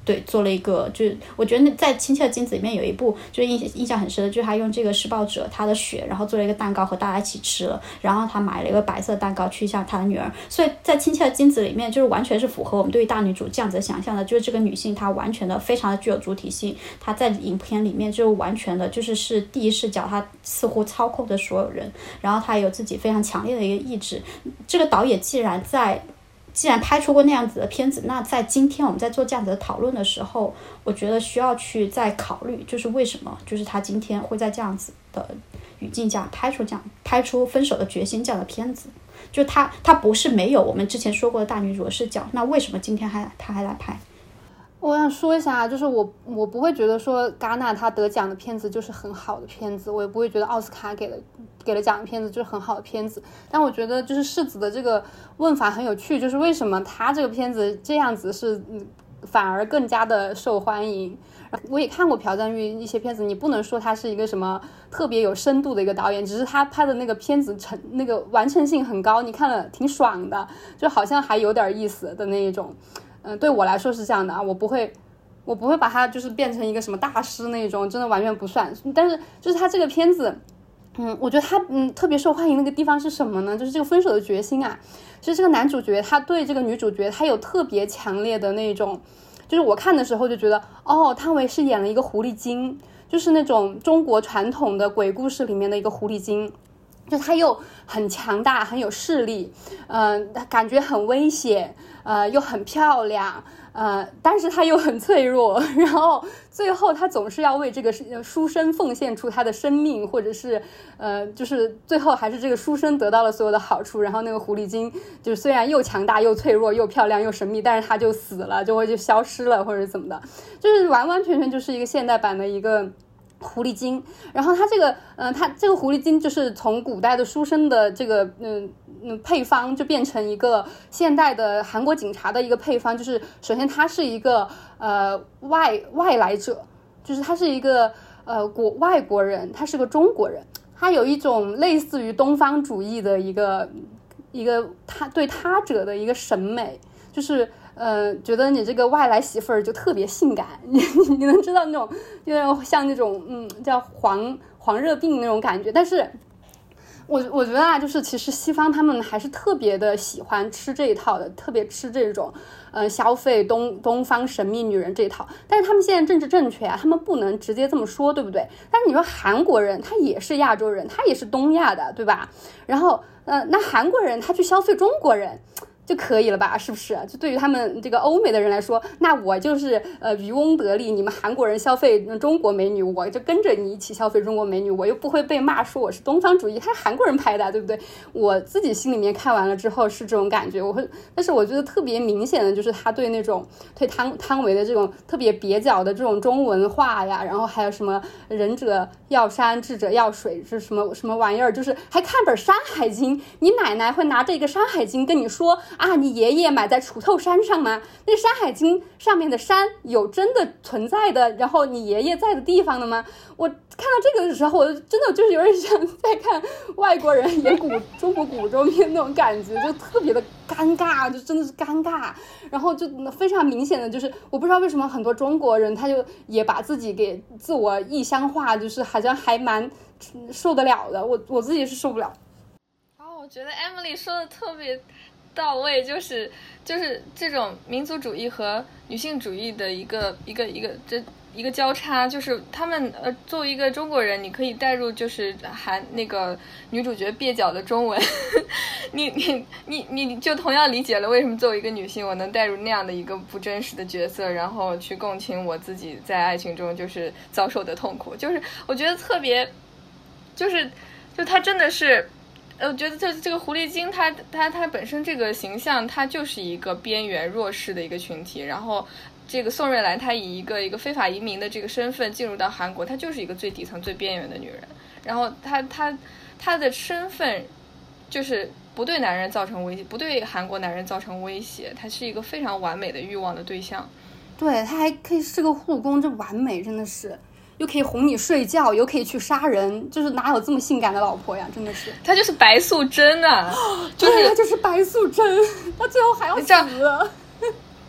对，做了一个，就是我觉得在《亲切的金子》里面有一部就是印印象很深的，就是他用这个施暴者他的血，然后做了一个蛋糕和大家一起吃了，然后他买了一个白色蛋糕去向他的女儿，所以在《亲切的金子》里面就是完全是符合我们对于大女主这样子的想象的，就是这个女性她完全的非常的具有主体性，她在影片里面就完全的就是是第一视角，她似乎操控着所有人，然后她有自己非常强烈的一个意志。这个导演既然在既然拍出过那样子的片子，那在今天我们在做这样子的讨论的时候，我觉得需要去再考虑，就是为什么就是他今天会在这样子的语境下拍出这样拍出分手的决心这样的片子，就他他不是没有我们之前说过的大女主的视角，那为什么今天还他还来拍？ 我想说一下，就是我我不会觉得说戛纳他得奖的片子就是很好的片子，我也不会觉得奥斯卡给了给了奖的片子就是很好的片子，但我觉得就是世子的这个问法很有趣，就是为什么他这个片子这样子是嗯反而更加的受欢迎。我也看过朴赞郁一些片子，你不能说他是一个什么特别有深度的一个导演，只是他拍的那个片子成那个完成性很高，你看了挺爽的，就好像还有点意思的那一种。嗯，对我来说是这样的啊，我不会，我不会把它就是变成一个什么大师那种，真的完全不算。但是就是他这个片子，嗯，我觉得他嗯特别受欢迎那个地方是什么呢？就是这个分手的决心啊。就是这个男主角他对这个女主角他有特别强烈的那种，就是我看的时候就觉得，哦，汤唯是演了一个狐狸精，就是那种中国传统的鬼故事里面的一个狐狸精。就他又很强大很有势力，嗯、呃，感觉很危险，呃，又很漂亮，呃，但是他又很脆弱，然后最后他总是要为这个书生奉献出他的生命，或者是呃，就是最后还是这个书生得到了所有的好处，然后那个狐狸精就是虽然又强大又脆弱又漂亮又神秘，但是他就死了，就会就消失了或者怎么的，就是完完全全就是一个现代版的一个狐狸精。然后它这个嗯、呃，它这个狐狸精就是从古代的书生的这个嗯嗯配方就变成一个现代的韩国警察的一个配方，就是首先他是一个呃外外来者，就是他是一个呃国外国人，他是个中国人，他有一种类似于东方主义的一个一个他对他者的一个审美，就是呃，觉得你这个外来媳妇儿就特别性感，你你能知道那种有点像那种嗯叫黄黄热病那种感觉。但是我我觉得啊，就是其实西方他们还是特别的喜欢吃这一套的，特别吃这种呃消费东东方神秘女人这一套。但是他们现在政治正确啊，他们不能直接这么说，对不对？但是你说韩国人他也是亚洲人，他也是东亚的，对吧？然后呃，那韩国人他去消费中国人就可以了吧，是不是？就对于他们这个欧美的人来说，那我就是呃渔翁得利，你们韩国人消费中国美女，我就跟着你一起消费中国美女，我又不会被骂说我是东方主义，他是韩国人拍的，对不对？我自己心里面看完了之后是这种感觉，我会，但是我觉得特别明显的就是他对那种对汤汤唯的这种特别蹩脚的这种中文化呀，然后还有什么仁者要山，智者要水，是什么什么玩意儿，就是还看本《山海经》，你奶奶会拿着一个《山海经》跟你说啊，你爷爷埋在锄头山上吗？那《山海经》上面的山有真的存在的，然后你爷爷在的地方的吗？我看到这个的时候，我真的就是有点像在看外国人演古中国古装片那种感觉，就特别的尴尬，就真的是尴尬。然后就非常明显的就是，我不知道为什么很多中国人他就也把自己给自我异乡化，就是好像还蛮受得了的。我我自己是受不了。 哦，我觉得 Emily 说的特别到位，就是就是这种民族主义和女性主义的一个一个一个这一个交叉，就是他们呃作为一个中国人，你可以带入就是韩那个女主角蹩脚的中文，你你你你就同样理解了为什么作为一个女性，我能带入那样的一个不真实的角色，然后去共情我自己在爱情中就是遭受的痛苦，就是我觉得特别，就是就他真的是。我觉得这这个狐狸精它它它本身这个形象，它就是一个边缘弱势的一个群体。然后这个宋瑞兰她以一个一个非法移民的这个身份进入到韩国，她就是一个最底层最边缘的女人。然后她她她的身份就是不对男人造成威胁，不对韩国男人造成威胁，她是一个非常完美的欲望的对象。 对，她还可以是个护工，这完美真的是。又可以哄你睡觉，又可以去杀人，就是哪有这么性感的老婆呀？真的是， 她就是白素贞啊，就是她就是白素贞，她最后还要死了。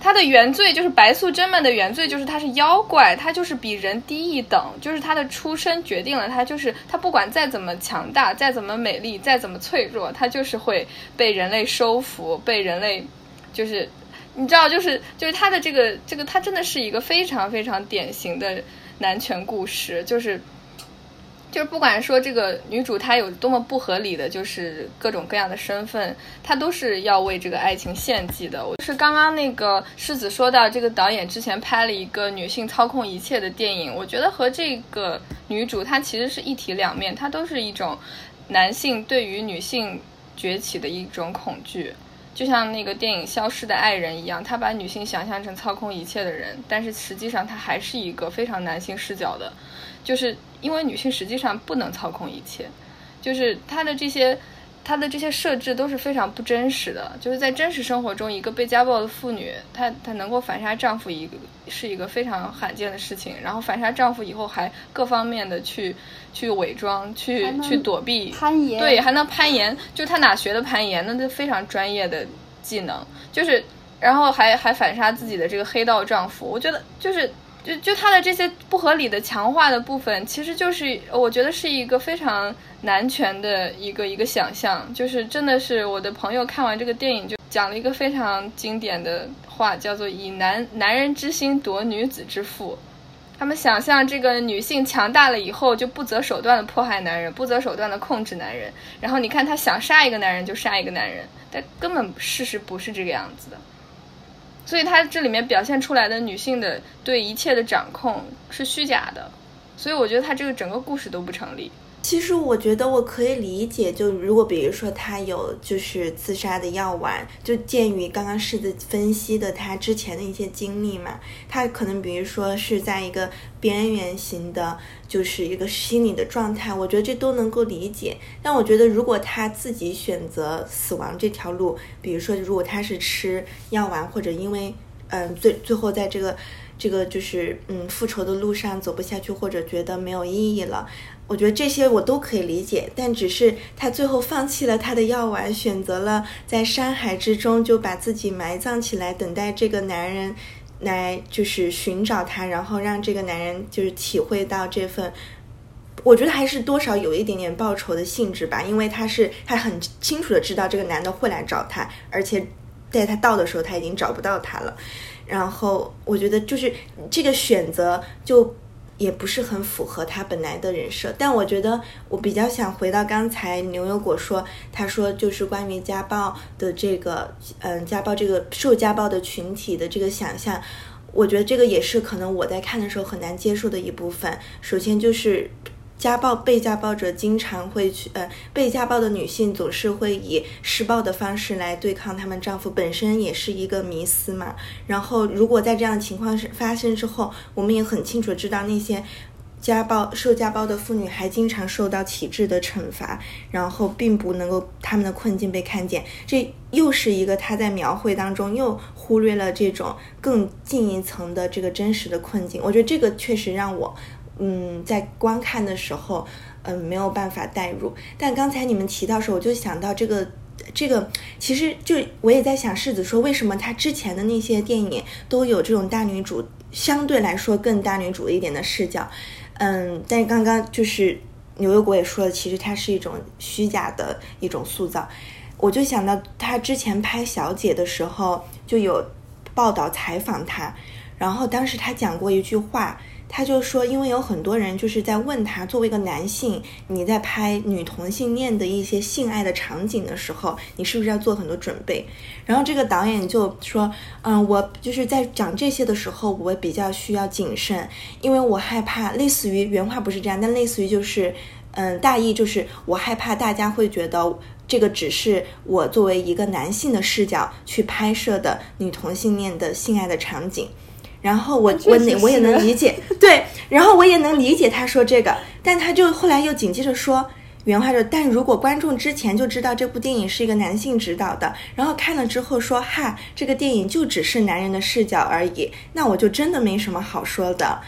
他的原罪就是白素贞们的原罪，就是他是妖怪，他就是比人低一等，就是他的出身决定了他，就是他不管再怎么强大，再怎么美丽，再怎么脆弱，他就是会被人类收服，被人类就是你知道，就是就是他的这个这个，他真的是一个非常非常典型的男权故事，就是。就是不管说这个女主她有多么不合理的就是各种各样的身份，她都是要为这个爱情献祭的。我是刚刚那个世子说到这个导演之前拍了一个女性操控一切的电影，我觉得和这个女主她其实是一体两面，她都是一种男性对于女性崛起的一种恐惧，就像那个电影《消失的爱人》一样，他把女性想象成操控一切的人，但是实际上她还是一个非常男性视角的，就是因为女性实际上不能操控一切，就是她的这些她的这些设置都是非常不真实的，就是在真实生活中，一个被家暴的妇女，她她能够反杀丈夫一个是一个非常罕见的事情，然后反杀丈夫以后还各方面的去去伪装，去去躲避， 攀岩， 对，还能攀岩，就她哪学的攀岩？那是非常专业的技能，就是然后还还反杀自己的这个黑道丈夫，我觉得就是就就他的这些不合理的强化的部分，其实就是我觉得是一个非常男权的一个一个想象，就是真的是我的朋友看完这个电影就讲了一个非常经典的话，叫做以男男人之心夺女子之腹。他们想象这个女性强大了以后就不择手段的迫害男人，不择手段的控制男人，然后你看她想杀一个男人就杀一个男人，但根本事实不是这个样子的。所以它这里面表现出来的女性的对一切的掌控是虚假的，所以我觉得它这个整个故事都不成立。 其实我觉得我可以理解，就如果比如说他有就是自杀的药丸，就鉴于刚刚世子分析的他之前的一些经历嘛，他可能比如说是在一个边缘型的就是一个心理的状态，我觉得这都能够理解。但我觉得如果他自己选择死亡这条路，比如说如果他是吃药丸，或者因为嗯最最后在这个这个就是嗯复仇的路上走不下去，或者觉得没有意义了，我觉得这些我都可以理解。但只是他最后放弃了他的药丸，选择了在山海之中就把自己埋葬起来，等待这个男人来就是寻找他，然后让这个男人就是体会到这份，我觉得还是多少有一点点报仇的性质吧，因为他是他很清楚的知道这个男的会来找他，而且在他到的时候他已经找不到他了。然后我觉得就是这个选择就也不是很符合他本来的人设。但我觉得我比较想回到刚才牛油果说，他说就是关于家暴的这个嗯，家暴这个受家暴的群体的这个想象，我觉得这个也是可能我在看的时候很难接受的一部分。首先就是家暴被家暴者经常会去呃，被家暴的女性总是会以施暴的方式来对抗她们丈夫，本身也是一个迷思嘛。然后如果在这样的情况发生之后，我们也很清楚知道那些家暴受家暴的妇女还经常受到体制的惩罚，然后并不能够她们的困境被看见，这又是一个她在描绘当中又忽略了这种更进一层的这个真实的困境。我觉得这个确实让我嗯，在观看的时候嗯，没有办法带入。但刚才你们提到的时候，我就想到这个这个其实就我也在想世子说为什么他之前的那些电影都有这种大女主相对来说更大女主一点的视角，嗯，但是刚刚就是牛油果也说了，其实它是一种虚假的一种塑造。我就想到他之前拍小姐的时候就有报道采访他，然后当时他讲过一句话，他就说因为有很多人就是在问他，作为一个男性你在拍女同性恋的一些性爱的场景的时候，你是不是要做很多准备。然后这个导演就说嗯，我就是在讲这些的时候我比较需要谨慎，因为我害怕，类似于原话不是这样，但类似于就是嗯，大意就是我害怕大家会觉得这个只是我作为一个男性的视角去拍摄的女同性恋的性爱的场景。然后我我我也能理解，对，然后我也能理解他说这个，但他就后来又紧接着说原话就，但如果观众之前就知道这部电影是一个男性指导的，然后看了之后说哈，这个电影就只是男人的视角而已，那我就真的没什么好说的。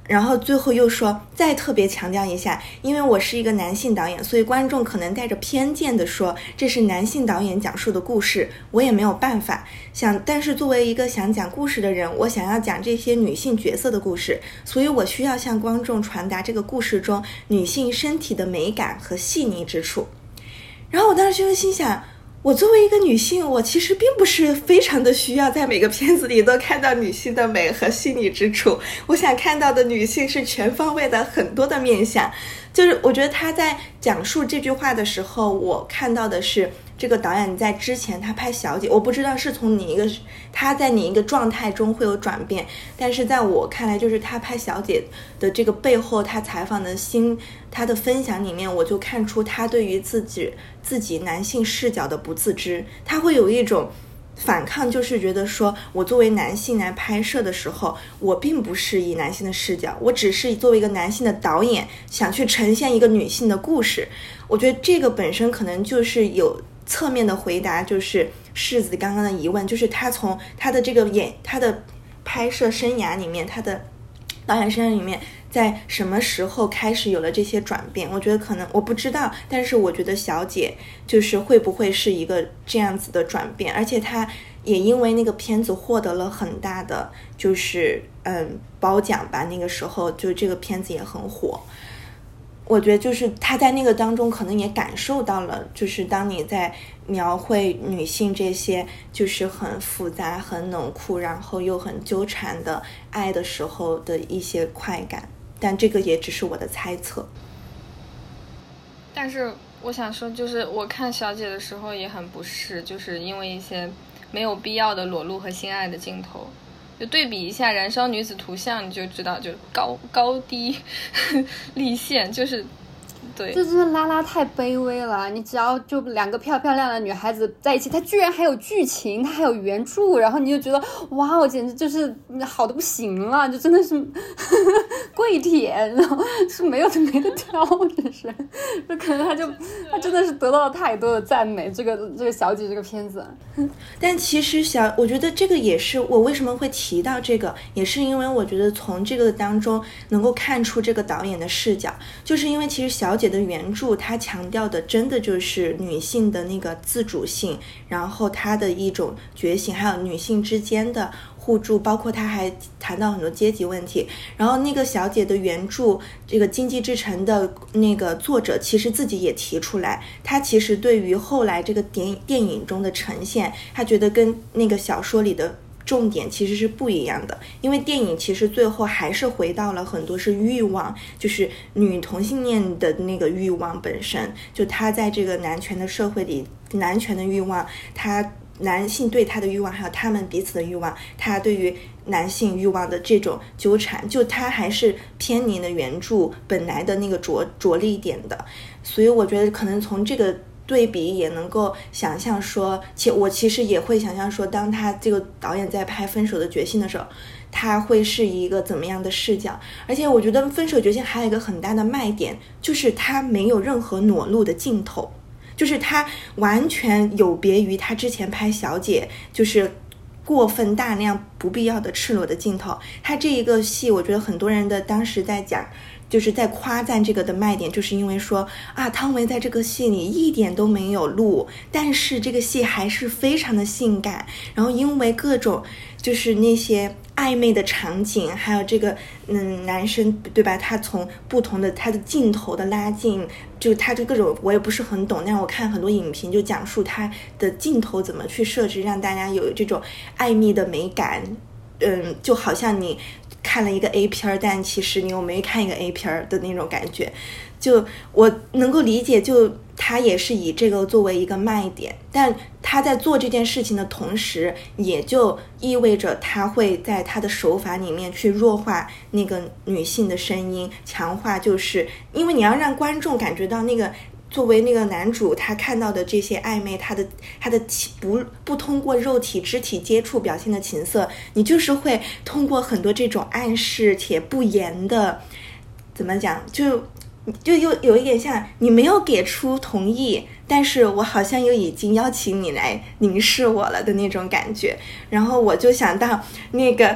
然后最后又说再特别强调一下，因为我是一个男性导演，所以观众可能带着偏见的说这是男性导演讲述的故事，我也没有办法想，但是作为一个想讲故事的人，我想要讲这些女性角色的故事，所以我需要向观众传达这个故事中女性身体的美感和细腻之处。然后我当时就心想，我作为一个女性，我其实并不是非常的需要在每个片子里都看到女性的美和细腻之处，我想看到的女性是全方位的很多的面向。就是我觉得他在讲述这句话的时候，我看到的是这个导演在之前他拍小姐，我不知道是从哪一个他在哪一个状态中会有转变，但是在我看来，就是他拍小姐的这个背后，他采访的心，他的分享里面，我就看出他对于自己自己男性视角的不自知，他会有一种反抗，就是觉得说我作为男性来拍摄的时候，我并不是以男性的视角，我只是作为一个男性的导演想去呈现一个女性的故事。我觉得这个本身可能就是有侧面的回答，就是世子刚刚的疑问，就是他从他的这个演他的拍摄生涯里面，他的导演生涯里面在什么时候开始有了这些转变。我觉得可能我不知道，但是我觉得小姐就是会不会是一个这样子的转变，而且她也因为那个片子获得了很大的就是嗯褒奖吧，那个时候就这个片子也很火。我觉得就是他在那个当中可能也感受到了，就是当你在描绘女性这些就是很复杂很冷酷然后又很纠缠的爱的时候的一些快感，但这个也只是我的猜测。 但是我想说，就是我看小姐的时候也很不适，就是因为一些没有必要的裸露和性爱的镜头，就对比一下燃烧女子图像，你就知道就高高低立现，就是对， 这就是拉拉太卑微了。你只要就两个漂漂亮的女孩子在一起，她居然还有剧情，她还有原著，然后你就觉得哇，我简直就是好的不行了，就真的是跪舔，然后是没有的没得挑，真是，就可能他就他真的是得到了太多的赞美。这个这个小姐这个片子， 但其实小，我觉得这个也是我为什么会提到这个，也是因为我觉得从这个当中能够看出这个导演的视角，就是因为其实小姐的原著它强调的真的就是女性的那个自主性，然后她的一种觉醒，还有女性之间的互助，包括她还谈到很多阶级问题。然后那个小姐的原著这个经济之城的那个作者其实自己也提出来，他其实对于后来这个电电影中的呈现，他觉得跟那个小说里的重点其实是不一样的，因为电影其实最后还是回到了很多是欲望，就是女同性恋的那个欲望本身，就她在这个男权的社会里，男权的欲望，她男性对她的欲望，还有他们彼此的欲望，她对于男性欲望的这种纠缠，就她还是偏离了原著本来的那个着着力点的。所以我觉得可能从这个对比也能够想象说，其我其实也会想象说，当他这个导演在拍《分手的决心》的时候，他会是一个怎么样的视角。而且我觉得《分手决心》还有一个很大的卖点，就是他没有任何裸露的镜头，就是他完全有别于他之前拍小姐就是过分大量不必要的赤裸的镜头。他这一个戏我觉得很多人的当时在讲，就是在夸赞这个的卖点，就是因为说啊，汤唯在这个戏里一点都没有露，但是这个戏还是非常的性感。然后因为各种就是那些暧昧的场景，还有这个嗯男生对吧，他从不同的他的镜头的拉近，就他这各种我也不是很懂，但是我看很多影评就讲述他的镜头怎么去设置，让大家有这种暧昧的美感。嗯，就好像你看了一个 A 片，但其实你又没看一个 A 片的那种感觉。就我能够理解，就他也是以这个作为一个卖点，但他在做这件事情的同时，也就意味着他会在他的手法里面去弱化那个女性的声音，强化，就是因为你要让观众感觉到那个作为那个男主他看到的这些暧昧，他的他的不不通过肉体肢体接触表现的情色，你就是会通过很多这种暗示且不言的，怎么讲，就就有有一点像你没有给出同意，但是我好像又已经邀请你来凝视我了的那种感觉。然后我就想到那个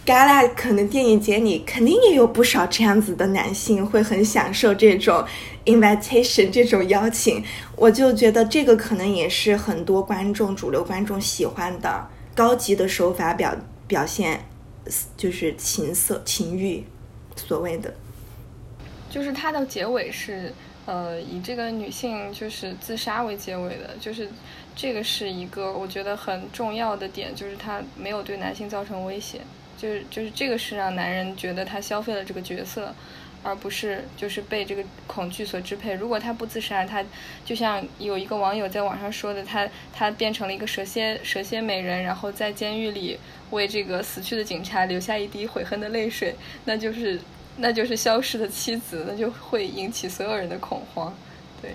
Gala 可能电影节里肯定也有不少这样子的男性会很享受这种 invitation 这种邀请，我就觉得这个可能也是很多观众主流观众喜欢的高级的手法表表现，就是情色情欲所谓的。 就是它的结尾是呃以这个女性就是自杀为结尾的，就是这个是一个我觉得很重要的点，就是它没有对男性造成威胁，就是就是这个是让男人觉得他消费了这个角色，而不是就是被这个恐惧所支配。如果他不自杀，他就像有一个网友在网上说的，他他变成了一个蛇蝎蛇蝎美人，然后在监狱里为这个死去的警察留下一滴悔恨的泪水，那就是那就是消失的妻子，那就会引起所有人的恐慌。对，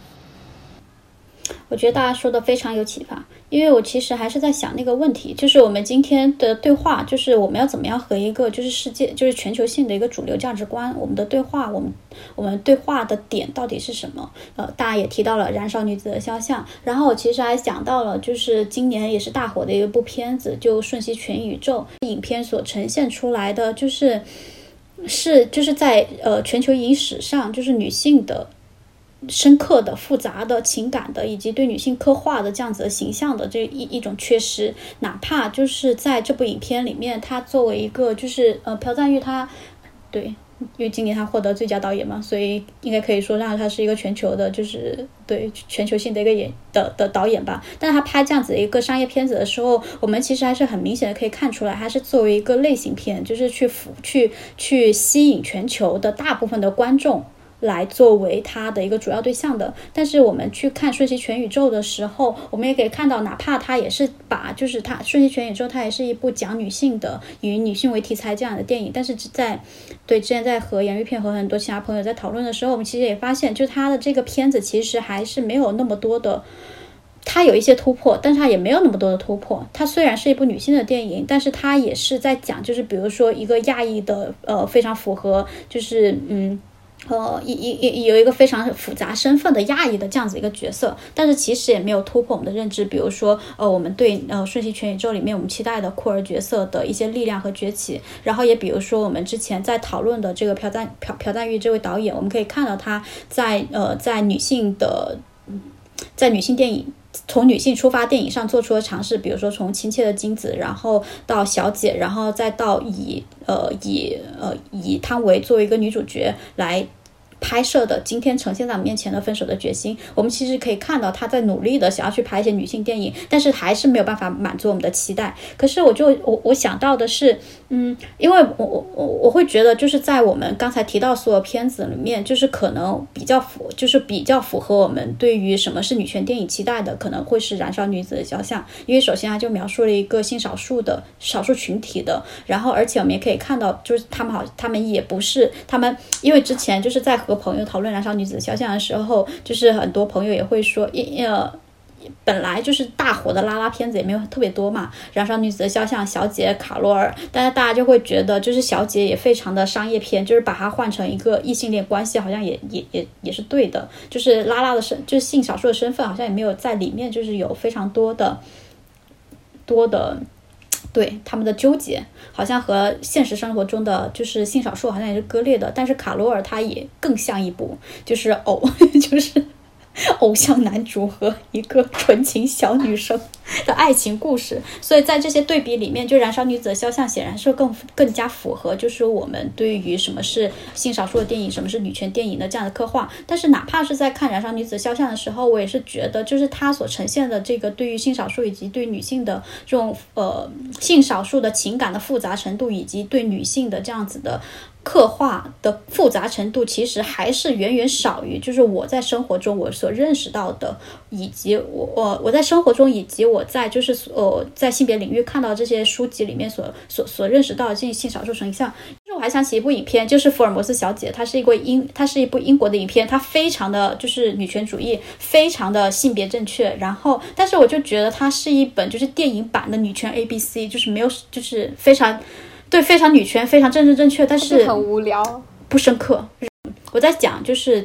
我觉得大家说的非常有启发，因为我其实还是在想那个问题，就是我们今天的对话，就是我们要怎么样和一个就是世界就是全球性的一个主流价值观，我们的对话，我们我们对话的点到底是什么？呃，大家也提到了《燃烧女子的肖像》，然后我其实还讲到了，就是今年也是大火的一部片子，就《瞬息全宇宙》影片所呈现出来的，就是是就是在呃全球影史上，就是女性的深刻的复杂的情感的以及对女性刻画的这样子的形象的这一一种缺失，哪怕就是在这部影片里面，她作为一个就是呃朴赞郁，她对，因为今年她获得最佳导演嘛，所以应该可以说让她是一个全球的就是对全球性的一个演的的导演吧。但是她拍这样子的一个商业片子的时候，我们其实还是很明显的可以看出来，还是作为一个类型片，就是去去去吸引全球的大部分的观众来作为它的一个主要对象的。但是我们去看《瞬息全宇宙》的时候，我们也可以看到，哪怕它也是把就是它《瞬息全宇宙》它也是一部讲女性的以女性为题材这样的电影，但是在对之前在和杨玉片和很多其他朋友在讨论的时候，我们其实也发现，就它的这个片子其实还是没有那么多的，它有一些突破，但是它也没有那么多的突破。它虽然是一部女性的电影，但是它也是在讲就是比如说一个亚裔的呃非常符合就是嗯呃，一一有一个非常复杂身份的亚裔的这样子一个角色，但是其实也没有突破我们的认知。比如说，呃，我们对呃《瞬息全宇宙》里面我们期待的酷儿角色的一些力量和崛起，然后也比如说我们之前在讨论的这个朴赞朴朴赞郁这位导演，我们可以看到他在呃在女性的在女性电影。从女性出发电影上做出的尝试，比如说从亲切的金子，然后到小姐，然后再到以呃以呃以汤唯作为一个女主角来拍摄的今天呈现在我们面前的分手的决心，我们其实可以看到她在努力的想要去拍一些女性电影，但是还是没有办法满足我们的期待。可是我就我我想到的是，嗯，因为我我我我会觉得就是在我们刚才提到所有片子里面，就是可能比较符就是比较符合我们对于什么是女权电影期待的，可能会是《燃烧女子的肖像》，因为首先它就描述了一个性少数的少数群体的，然后而且我们也可以看到，就是他们好他们也不是他们，因为之前就是在和朋友讨论《燃烧女子的肖像》的时候，就是很多朋友也会说，呃。本来就是大火的拉拉片子也没有特别多嘛，燃烧女子的肖像、小姐、卡罗尔，但是大家就会觉得就是小姐也非常的商业片，就是把它换成一个异性恋关系好像也也也也是对的，就是拉拉的身就是性少数的身份好像也没有在里面就是有非常多的多的对他们的纠结，好像和现实生活中的就是性少数好像也是割裂的。但是卡罗尔他也更像一部就是偶就是偶像男主和一个纯情小女生的爱情故事，所以在这些对比里面，就《燃烧女子的肖像》显然是更更加符合就是我们对于什么是性少数的电影，什么是女权电影的这样的刻画。但是哪怕是在看《燃烧女子的肖像》的时候，我也是觉得就是它所呈现的这个对于性少数以及对女性的这种呃性少数的情感的复杂程度，以及对女性的这样子的刻画的复杂程度，其实还是远远少于就是我在生活中我所认识到的，以及我我我在生活中以及我在就是呃在性别领域看到这些书籍里面所所所认识到的这些性少数形象。就是我还想起一部影片，就是《福尔摩斯小姐》，它是一部英它是一部英国的影片，它非常的就是女权主义，非常的性别正确，然后但是我就觉得它是一本就是电影版的女权 A B C， 就是没有就是非常对非常女权非常政治正确，但是很无聊不深刻。我在讲就是大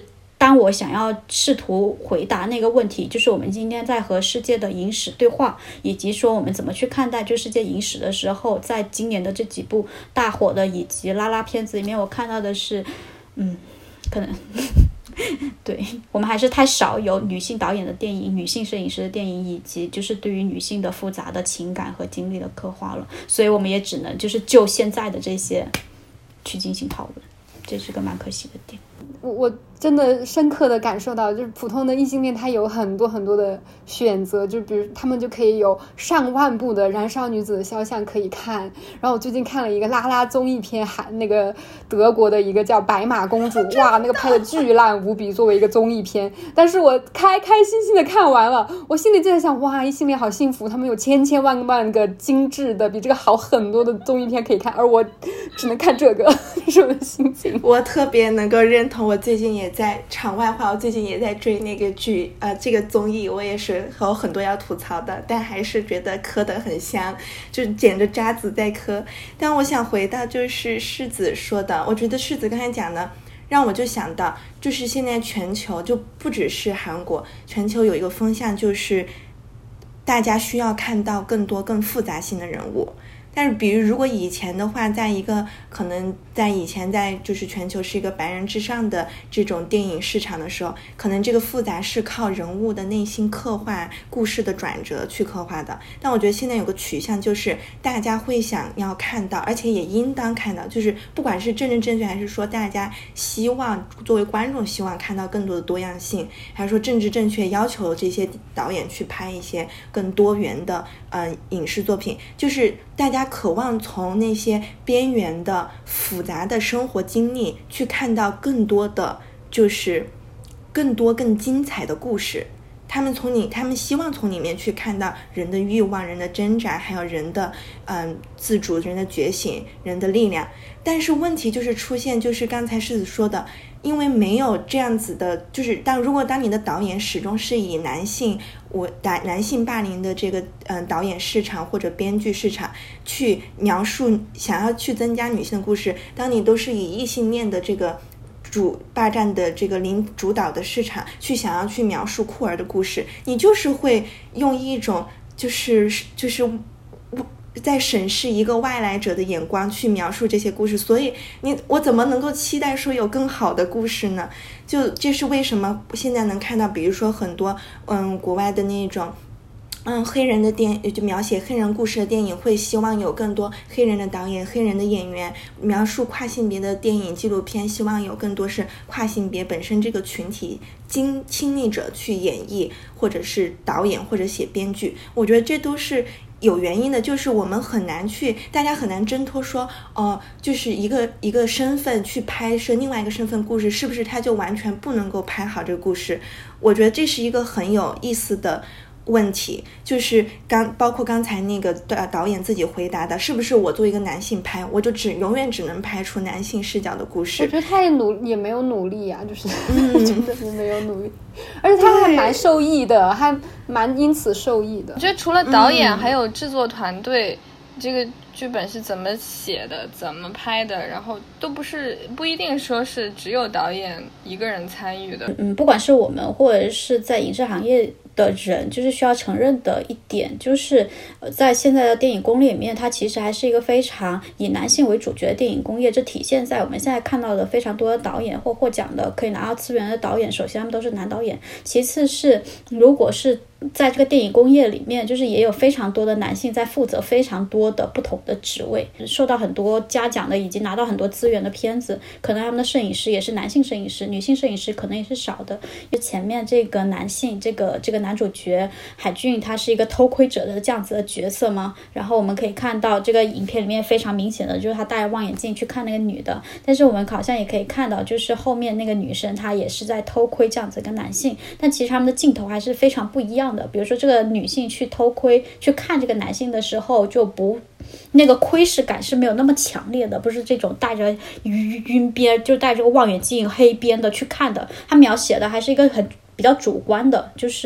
当我想要试图回答那个问题，就是我们今天在和世界的影史对话，以及说我们怎么去看待这世界影史的时候，在今年的这几部大火的以及拉拉片子里面，我看到的是嗯可能对，我们还是太少有女性导演的电影，女性摄影师的电影，以及就是对于女性的复杂的情感和经历的刻画了，所以我们也只能就是就现在的这些去进行讨论，这是个蛮可惜的点。 我我真的深刻的感受到，就是普通的异性恋他有很多很多的选择，就比如他们就可以有上万部的燃烧女子的肖像可以看。然后我最近看了一个拉拉综艺片，韩那个德国的一个叫白马公主，哇，那个拍的巨烂无比，作为一个综艺片，但是我开开心心的看完了，我心里就在想，哇，异性恋好幸福，他们有千千万万个精致的比这个好很多的综艺片可以看，而我只能看这个，这是我的心情。 我特别能够认同，我最近也在场外话，我最近也在追那个剧，呃，这个综艺我也是有很多要吐槽的，但还是觉得磕得很香，就是捡着渣子在磕。但我想回到就是世子说的，我觉得世子刚才讲的让我就想到，就是现在全球就不只是韩国，全球有一个风向，就是大家需要看到更多更复杂性的人物。但是比如如果以前的话，在一个可能在以前在就是全球是一个白人至上的这种电影市场的时候，可能这个复杂是靠人物的内心刻画、故事的转折去刻画的。但我觉得现在有个取向，就是大家会想要看到，而且也应当看到，就是不管是政治正确，还是说大家希望作为观众希望看到更多的多样性，还是说政治正确要求这些导演去拍一些更多元的呃影视作品，就是大家渴望从那些边缘的复杂的生活经历去看到更多的就是更多更精彩的故事。他们从你他们希望从里面去看到人的欲望、人的挣扎，还有人的嗯自主、人的觉醒、人的力量。但是问题就是出现，就是刚才世子说的，因为没有这样子的，就是当如果当你的导演始终是以男性我男男性霸凌的这个嗯、呃、导演市场或者编剧市场去描述，想要去增加女性的故事，当你都是以异性恋的这个主霸占的这个领主导的市场去想要去描述酷儿的故事，你就是会用一种就是就是在审视一个外来者的眼光去描述这些故事，所以你我怎么能够期待说有更好的故事呢？就这是为什么现在能看到比如说很多嗯国外的那种嗯，黑人的电就描写黑人故事的电影会希望有更多黑人的导演、黑人的演员，描述跨性别的电影纪录片希望有更多是跨性别本身这个群体经亲历者去演绎，或者是导演或者写编剧。我觉得这都是有原因的，就是我们很难去大家很难挣脱说哦、呃，就是一个一个身份去拍摄另外一个身份故事，是不是他就完全不能够拍好这个故事。我觉得这是一个很有意思的问题，就是刚包括刚才那个导演自己回答的，是不是我作为一个男性拍，我就只永远只能拍出男性视角的故事。 我觉得他也努也没有努力啊，就是真的是没有努力，而且他还蛮受益的，还蛮因此受益的。 我觉得除了导演、嗯、还有制作团队，这个剧本是怎么写的怎么拍的，然后都不是不一定说是只有导演一个人参与的。 嗯，不管是我们或者是在影视行业的人，就是需要承认的一点，就是在现在的电影工业里面，它其实还是一个非常以男性为主角的电影工业。这体现在我们现在看到的非常多的导演或获奖的可以拿到资源的导演，首先他们都是男导演，其次是如果是在这个电影工业里面，就是也有非常多的男性在负责非常多的不同的职位，受到很多嘉奖的以及拿到很多资源的片子，可能他们的摄影师也是男性摄影师，女性摄影师可能也是少的。就前面这个男性这个这个男主角海俊，他是一个偷窥者的这样子的角色吗？然后我们可以看到这个影片里面非常明显的就是他戴望远镜去看那个女的，但是我们好像也可以看到就是后面那个女生她也是在偷窥这样子一个男性，但其实他们的镜头还是非常不一样的。比如说这个女性去偷窥去看这个男性的时候，就不那个窥视感是没有那么强烈的，不是这种带着晕晕边就带着个望远镜黑边的去看的，他描写的还是一个很比较主观的，就是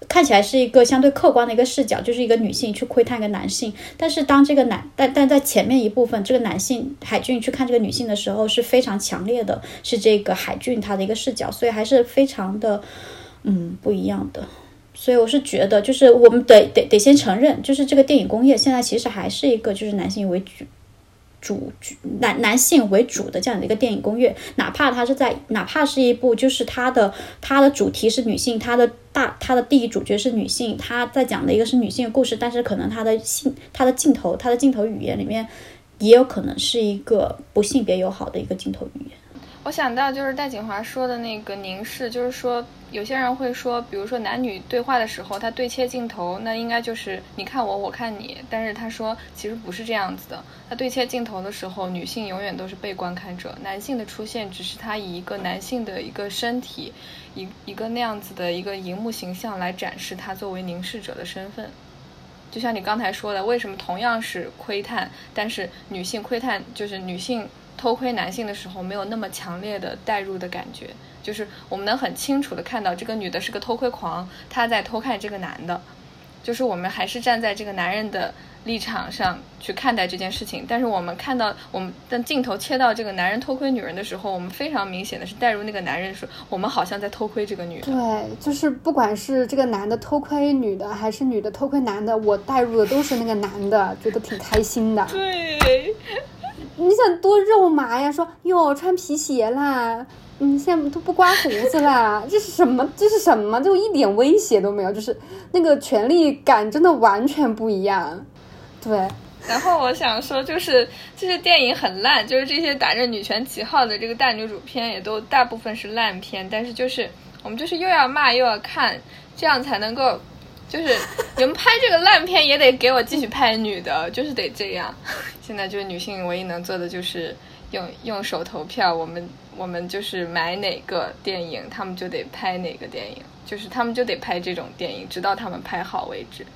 看起来是一个相对客观的一个视角，就是一个女性去窥探一个男性，但是当这个男但但在前面一部分，这个男性海俊去看这个女性的时候是非常强烈的，是这个海俊他的一个视角，所以还是非常的嗯不一样的。所以我是觉得，就是我们得得得先承认，就是这个电影工业现在其实还是一个就是男性为主。主男男性为主的这样的一个电影工业，哪怕它是在哪怕是一部就是它的它的主题是女性，它的大它的第一主角是女性，它在讲的一个是女性的故事，但是可能它的性它的镜头它的镜头语言里面也有可能是一个不性别友好的一个镜头语言。 我想到就是戴锦华说的那个凝视，就是说有些人会说，比如说男女对话的时候，他对切镜头，那应该就是你看我，我看你。但是他说其实不是这样子的，他对切镜头的时候，女性永远都是被观看者，男性的出现只是他以一个男性的一个身体，一一个那样子的一个荧幕形象来展示他作为凝视者的身份。就像你刚才说的，为什么同样是窥探，但是女性窥探就是女性偷窥男性的时候没有那么强烈的代入的感觉，就是我们能很清楚的看到这个女的是个偷窥狂，她在偷看这个男的，就是我们还是站在这个男人的立场上去看待这件事情，但是我们看到我们的镜头切到这个男人偷窥女人的时候，我们非常明显的是带入那个男人，说我们好像在偷窥这个女的。 对，就是不管是这个男的偷窥女的还是女的偷窥男的，我带入的都是那个男的，觉得挺开心的。 对， 你想多肉麻呀，说哟穿皮鞋啦，嗯，现在都不刮胡子啦，这是什么？这是什么？就一点威胁都没有，就是那个权力感真的完全不一样。对， 然后我想说，就是这些电影很烂，就是这些打着女权旗号的这个大女主片也都大部分是烂片，但是就是我们就是又要骂又要看，这样才能够，就是你们拍这个烂片也得给我继续拍女的，就是得这样。现在就是女性唯一能做的就是用用手投票，我们我们就是买哪个电影，他们就得拍哪个电影，就是他们就得拍这种电影，直到他们拍好为止。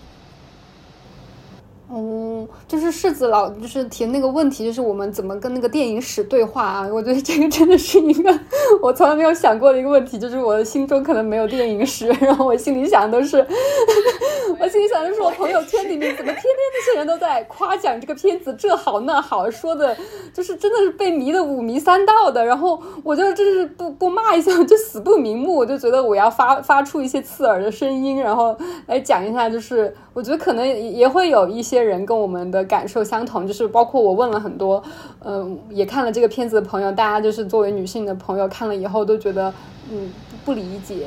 嗯，就是世子老就是提那个问题，就是我们怎么跟那个电影史对话啊？我觉得这个真的是一个我从来没有想过的一个问题，就是我的心中可能没有电影史，然后我心里想的都是，我心里想的是我朋友圈里面怎么天天这些人都在夸奖这个片子这好那好，说的就是真的是被迷的五迷三道的，然后我就真是不不骂一下就死不瞑目，我就觉得我要发发出一些刺耳的声音，然后来讲一下，就是我觉得可能也会有一些人跟我们的感受相同，就是包括我问了很多嗯、呃，也看了这个片子的朋友，大家就是作为女性的朋友看了以后都觉得嗯不理解。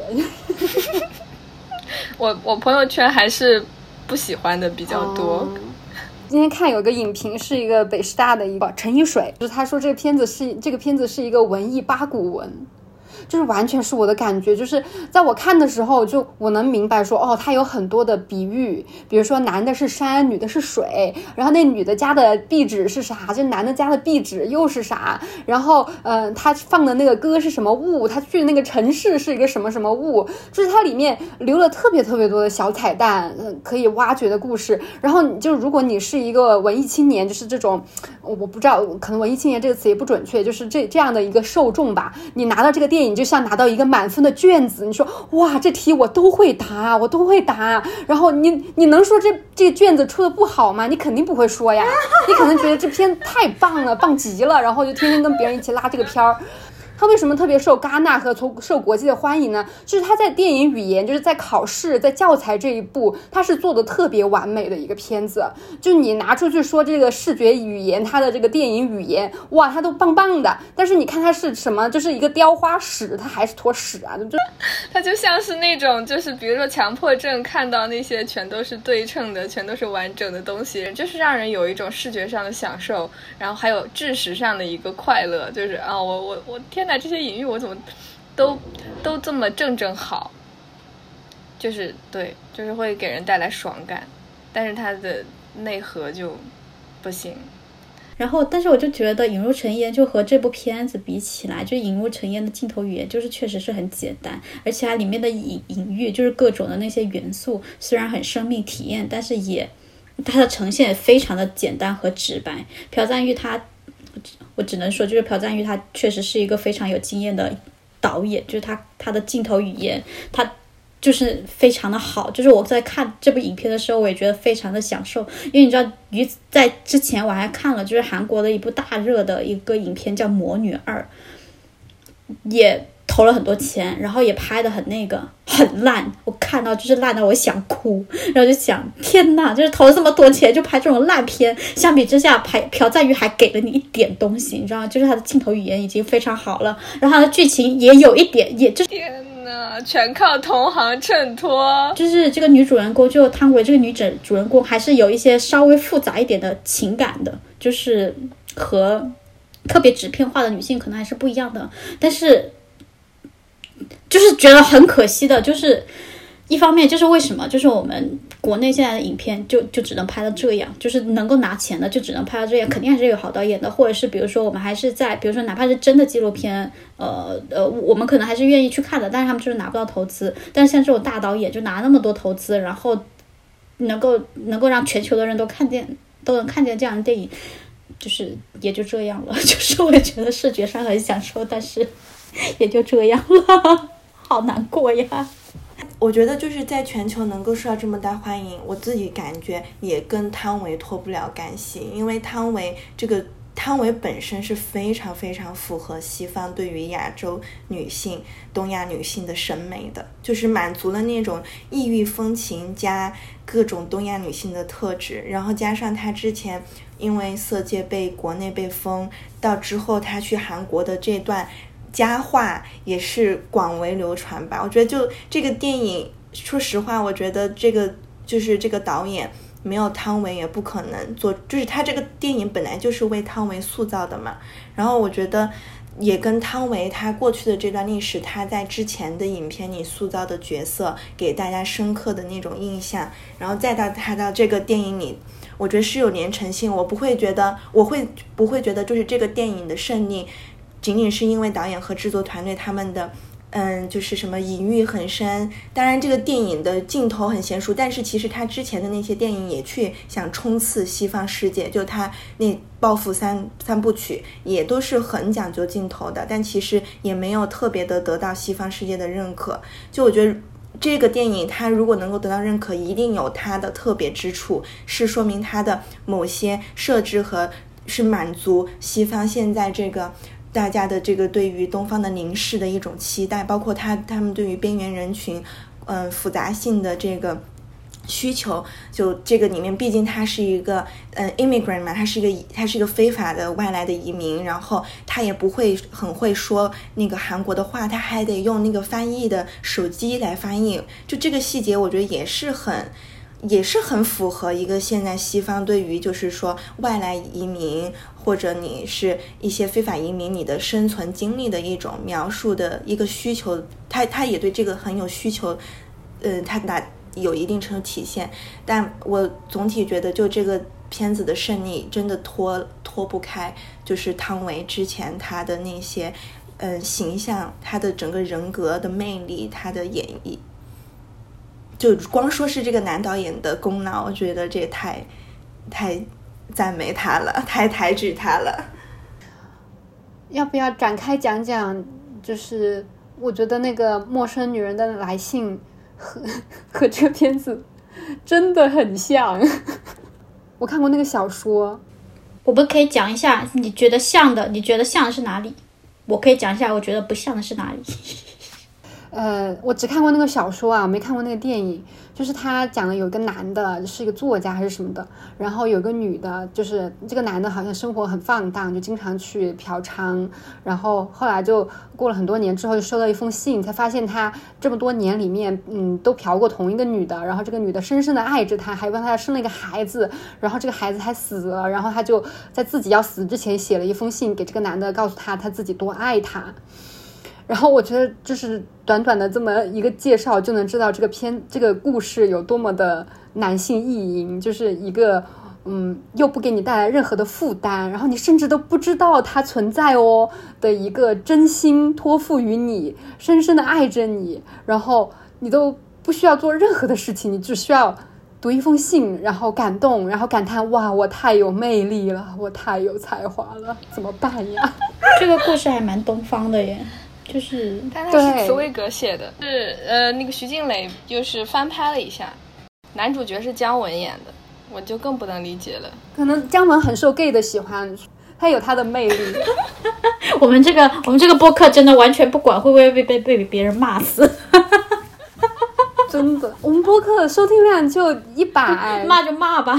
我我朋友圈还是不喜欢的比较多、嗯、 今天看有个影评是一个北师大的一个陈一水，就是他说这个片子是这个片子是一个文艺八股文，就是完全是我的感觉，就是在我看的时候就我能明白说哦，它有很多的比喻，比如说男的是山女的是水，然后那女的家的壁纸是啥，就男的家的壁纸又是啥，然后呃他放的那个歌是什么物，他去的那个城市是一个什么什么物，就是它里面留了特别特别多的小彩蛋、呃、可以挖掘的故事。然后就如果你是一个文艺青年，就是这种我不知道可能文艺青年这个词也不准确，就是这这样的一个受众吧，你拿到这个电影就像拿到一个满分的卷子，你说哇这题我都会答我都会答，然后你你能说这这卷子出的不好吗？你肯定不会说呀，你可能觉得这片太棒了棒极了，然后就天天跟别人一起拉这个片儿。它为什么特别受戛纳和受国际的欢迎呢？就是它在电影语言，就是在考试在教材这一步它是做的特别完美的一个片子，就是你拿出去说这个视觉语言它的这个电影语言哇它都棒棒的，但是你看它是什么，就是一个雕花屎它还是坨屎啊，就它就像是那种就是比如说强迫症看到那些全都是对称的全都是完整的东西，就是让人有一种视觉上的享受，然后还有知识上的一个快乐，就是啊我我我天哪这些隐喻我怎么都都这么正正好，就是对就是会给人带来爽感，但是它的内核就不行。 然后但是我就觉得引入尘烟就和这部片子比起来，就引入尘烟的镜头语言就是确实是很简单，而且它里面的隐隐喻就是各种的那些元素虽然很生命体验，但是也它的呈现也非常的简单和直白。朴赞郁他我只能说就是朴赞郁他确实是一个非常有经验的导演，就是他他的镜头语言他就是非常的好，就是我在看这部影片的时候我也觉得非常的享受。因为你知道于在之前我还看了就是韩国的一部大热的一个影片叫《魔女二》，也投了很多钱，然后也拍的很那个很烂，我看到就是烂到我想哭，然后就想天哪，就是投了这么多钱就拍这种烂片，相比之下拍朴赞郁还给了你一点东西，你知道吗？就是他的镜头语言已经非常好了，然后他的剧情也有一点，也就是天哪，全靠同行衬托。 就是这个女主人公就汤唯这个女主人公还是有一些稍微复杂一点的情感的，就是和特别纸片化的女性可能还是不一样的，但是就是觉得很可惜的，就是一方面就是为什么就是我们国内现在的影片就就只能拍到这样，就是能够拿钱的就只能拍到这样，肯定还是有好导演的，或者是比如说我们还是在比如说哪怕是真的纪录片，呃呃，我们可能还是愿意去看的，但是他们就是拿不到投资。但是像这种大导演就拿那么多投资，然后能够能够让全球的人都看见都能看见这样的电影，就是也就这样了。就是我也觉得视觉上很享受，但是也就这样了，好难过呀。 我觉得就是在全球能够受到这么大欢迎，我自己感觉也跟汤唯脱不了干系，因为汤唯这个汤唯本身是非常非常符合西方对于亚洲女性、东亚女性的审美的，就是满足了那种异域风情加各种东亚女性的特质，然后加上她之前因为色戒被国内被封，到之后她去韩国的这段佳话也是广为流传吧。我觉得就这个电影，说实话我觉得这个就是这个导演没有汤唯也不可能做，就是他这个电影本来就是为汤唯塑造的嘛。然后我觉得也跟汤唯他过去的这段历史，他在之前的影片里塑造的角色给大家深刻的那种印象，然后再到他到这个电影里，我觉得是有连成性。我不会觉得我会不会觉得就是这个电影的胜利仅仅是因为导演和制作团队他们的嗯，就是什么隐喻很深，当然这个电影的镜头很娴熟，但是其实他之前的那些电影也去想冲刺西方世界，就他那报复三三部曲也都是很讲究镜头的，但其实也没有特别的得到西方世界的认可。就我觉得这个电影它如果能够得到认可，一定有它的特别之处，是说明它的某些设置和是满足西方现在这个大家的这个对于东方的凝视的一种期待，包括他他们对于边缘人群嗯、呃、复杂性的这个需求。就这个里面毕竟他是一个嗯、呃、immigrant 嘛，他是一个他是一个非法的外来的移民，然后他也不会很会说那个韩国的话，他还得用那个翻译的手机来翻译。就这个细节我觉得也是很也是很符合一个现在西方对于就是说外来移民或者你是一些非法移民你的生存经历的一种描述的一个需求，他他也对这个很有需求，呃，他拿有一定程度体现。但我总体觉得就这个片子的胜利真的脱脱不开就是汤唯之前他的那些嗯形象，他的整个人格的魅力，他的演绎。就光说是这个男导演的功劳，我觉得这也太太赞美他了，太抬举他了。 要不要展开讲讲，就是我觉得那个陌生女人的来信和和这个片子真的很像。我看过那个小说， 我们可以讲一下你觉得像的，你觉得像的是哪里？我可以讲一下我觉得不像的是哪里。 呃，我只看过那个小说啊，我没看过那个电影。就是他讲的有一个男的是一个作家还是什么的，然后有个女的，就是这个男的好像生活很放荡，就经常去嫖娼，然后后来就过了很多年之后就收到一封信，才发现他这么多年里面嗯都嫖过同一个女的，然后这个女的深深的爱着他，还帮他生了一个孩子，然后这个孩子还死了，然后他就在自己要死之前写了一封信给这个男的，告诉他他自己多爱他。然后我觉得就是短短的这么一个介绍就能知道这个片这个故事有多么的男性意淫，就是一个嗯又不给你带来任何的负担，然后你甚至都不知道它存在哦的一个真心托付于你，深深的爱着你，然后你都不需要做任何的事情，你只需要读一封信，然后感动，然后感叹哇我太有魅力了，我太有才华了，怎么办呀？ 这个故事还蛮东方的耶。 就是但他是茨威格写的，是呃那个徐静蕾就是翻拍了一下，男主角是姜文演的，我就更不能理解了。 可能姜文很受 gay 的喜欢，他有他的魅力。 我们这个我们这个播客真的完全不管会不会被被被别人骂死。 真的，我们播客收听量就一百， 骂就骂吧。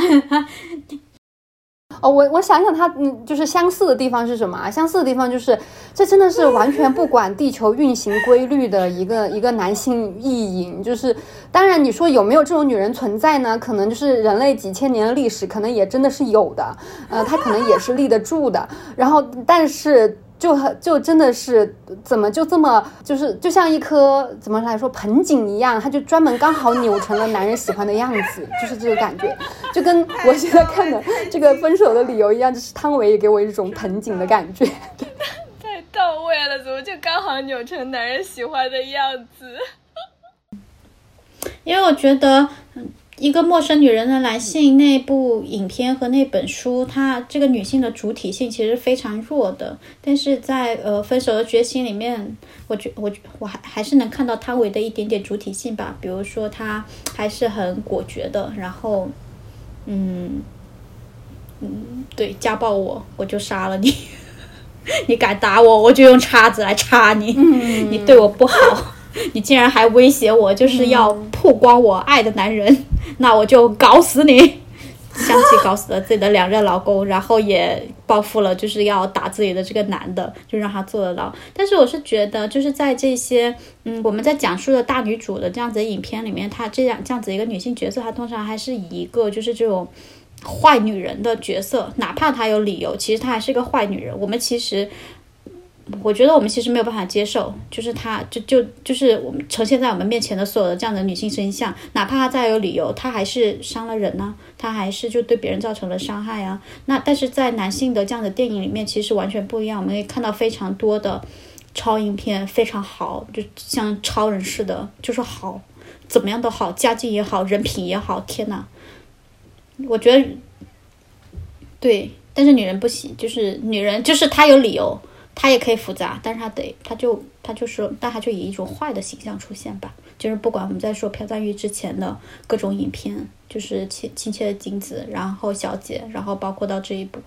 哦，我我想想它，嗯，就是相似的地方是什么啊？相似的地方就是，这真的是完全不管地球运行规律的一个一个男性意淫。就是，当然你说有没有这种女人存在呢？可能就是人类几千年的历史，可能也真的是有的。呃，她可能也是立得住的。然后，但是。就就真的是怎么就这么就是就像一颗怎么来说盆景一样，它就专门刚好扭成了男人喜欢的样子，就是这个感觉，就跟我现在看的这个分手的理由一样，就是汤唯也给我一种盆景的感觉。 太到位了，怎么就刚好扭成男人喜欢的样子？ 因为我觉得一个陌生女人的来信那部影片和那本书，它这个女性的主体性其实非常弱的，但是在呃分手的决心里面，我觉我我还还是能看到汤唯的一点点主体性吧。比如说她还是很果决的，然后嗯嗯对，家暴我我就杀了你，你敢打我我就用叉子来插你，嗯、你对我不好。你竟然还威胁我，就是要曝光我爱的男人，嗯、那我就搞死你。相继搞死了自己的两任老公，然后也报复了，就是要打自己的这个男的，就让他坐了牢。但是我是觉得，就是在这些嗯我们在讲述的大女主的这样子的影片里面，她这样这样子一个女性角色，她通常还是以一个就是这种坏女人的角色，哪怕她有理由，其实她还是一个坏女人。我们其实。我觉得我们其实没有办法接受，就是她就就就是我们呈现在我们面前的所有的这样的女性身相，哪怕她再有理由，她还是伤了人呢、啊，她还是就对别人造成了伤害啊。那但是在男性的这样的电影里面，其实完全不一样。我们可以看到非常多的超英片，非常好，就像超人似的，就是好，怎么样都好，家境也好，人品也好，天哪！我觉得对，但是女人不行，就是女人就是她有理由。他也可以复杂，但是他得，他就他就是，但他就以一种坏的形象出现吧。就是不管我们在说朴赞郁之前的各种影片，就是亲亲切的镜子，然后小姐，然后包括到这一部，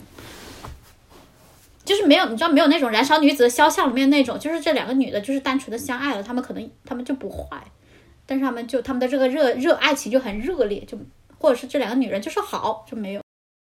就是没有，你知道没有那种燃烧女子的肖像里面那种，就是这两个女的就是单纯的相爱了，他们可能他们就不坏，但是他们就他们的这个热热爱情就很热烈，就或者是这两个女人就是好，就没有。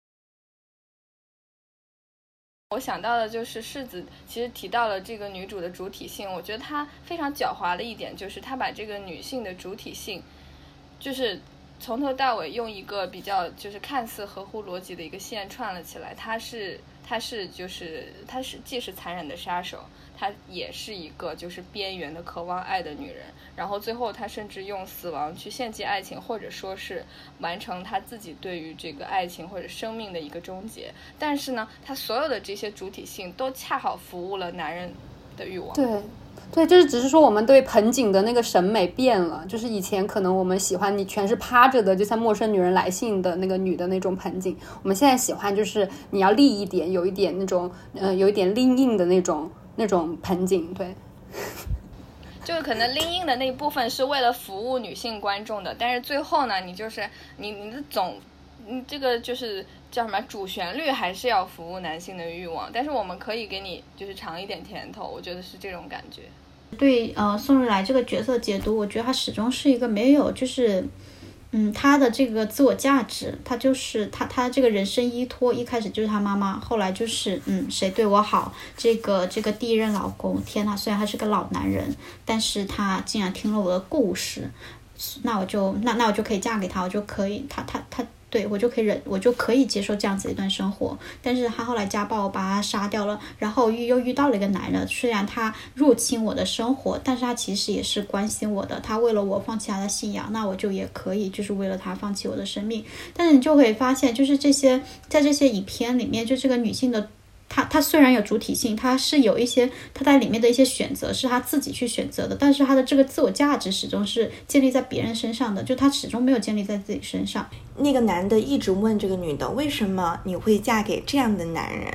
我想到的就是世子其实提到了这个女主的主体性，我觉得她非常狡猾的一点就是她把这个女性的主体性就是从头到尾用一个比较就是看似合乎逻辑的一个线串了起来。她是她是就是她是既是残忍的杀手，她也是一个就是边缘的渴望爱的女人，然后最后她甚至用死亡去献祭爱情，或者说是完成她自己对于这个爱情或者生命的一个终结。但是呢，她所有的这些主体性都恰好服务了男人的欲望。 对对，就是只是说我们对盆景的那个审美变了，就是以前可能我们喜欢你全是趴着的，就像陌生女人来信的那个女的那种盆景，我们现在喜欢就是你要立一点，有一点那种呃有一点拎硬的那种那种盆景。对， 就是可能拎硬的那一部分是为了服务女性观众的，但是最后呢，你就是你你的总你这个就是叫什么主旋律还是要服务男性的欲望，但是我们可以给你就是尝一点甜头，我觉得是这种感觉。 对，呃，宋日来这个角色解读，我觉得他始终是一个没有就是嗯，他的这个自我价值，他就是他他这个人生依托，一开始就是他妈妈，后来就是嗯谁对我好，这个这个第一任老公，天哪，虽然他是个老男人，但是他竟然听了我的故事，那我就那那我就可以嫁给他，我就可以他他他对我就可以忍，我就可以接受这样子一段生活。但是他后来家暴，我把他杀掉了，然后又遇到了一个男人，虽然他入侵我的生活，但是他其实也是关心我的，他为了我放弃他的信仰，那我就也可以就是为了他放弃我的生命。但是你就会发现，就是这些在这些影片里面，就这个女性的她她虽然有主体性，她是有一些她在里面的一些选择是她自己去选择的，但是她的这个自我价值始终是建立在别人身上的，就她始终没有建立在自己身上。 那个男的一直问这个女的，为什么你会嫁给这样的男人？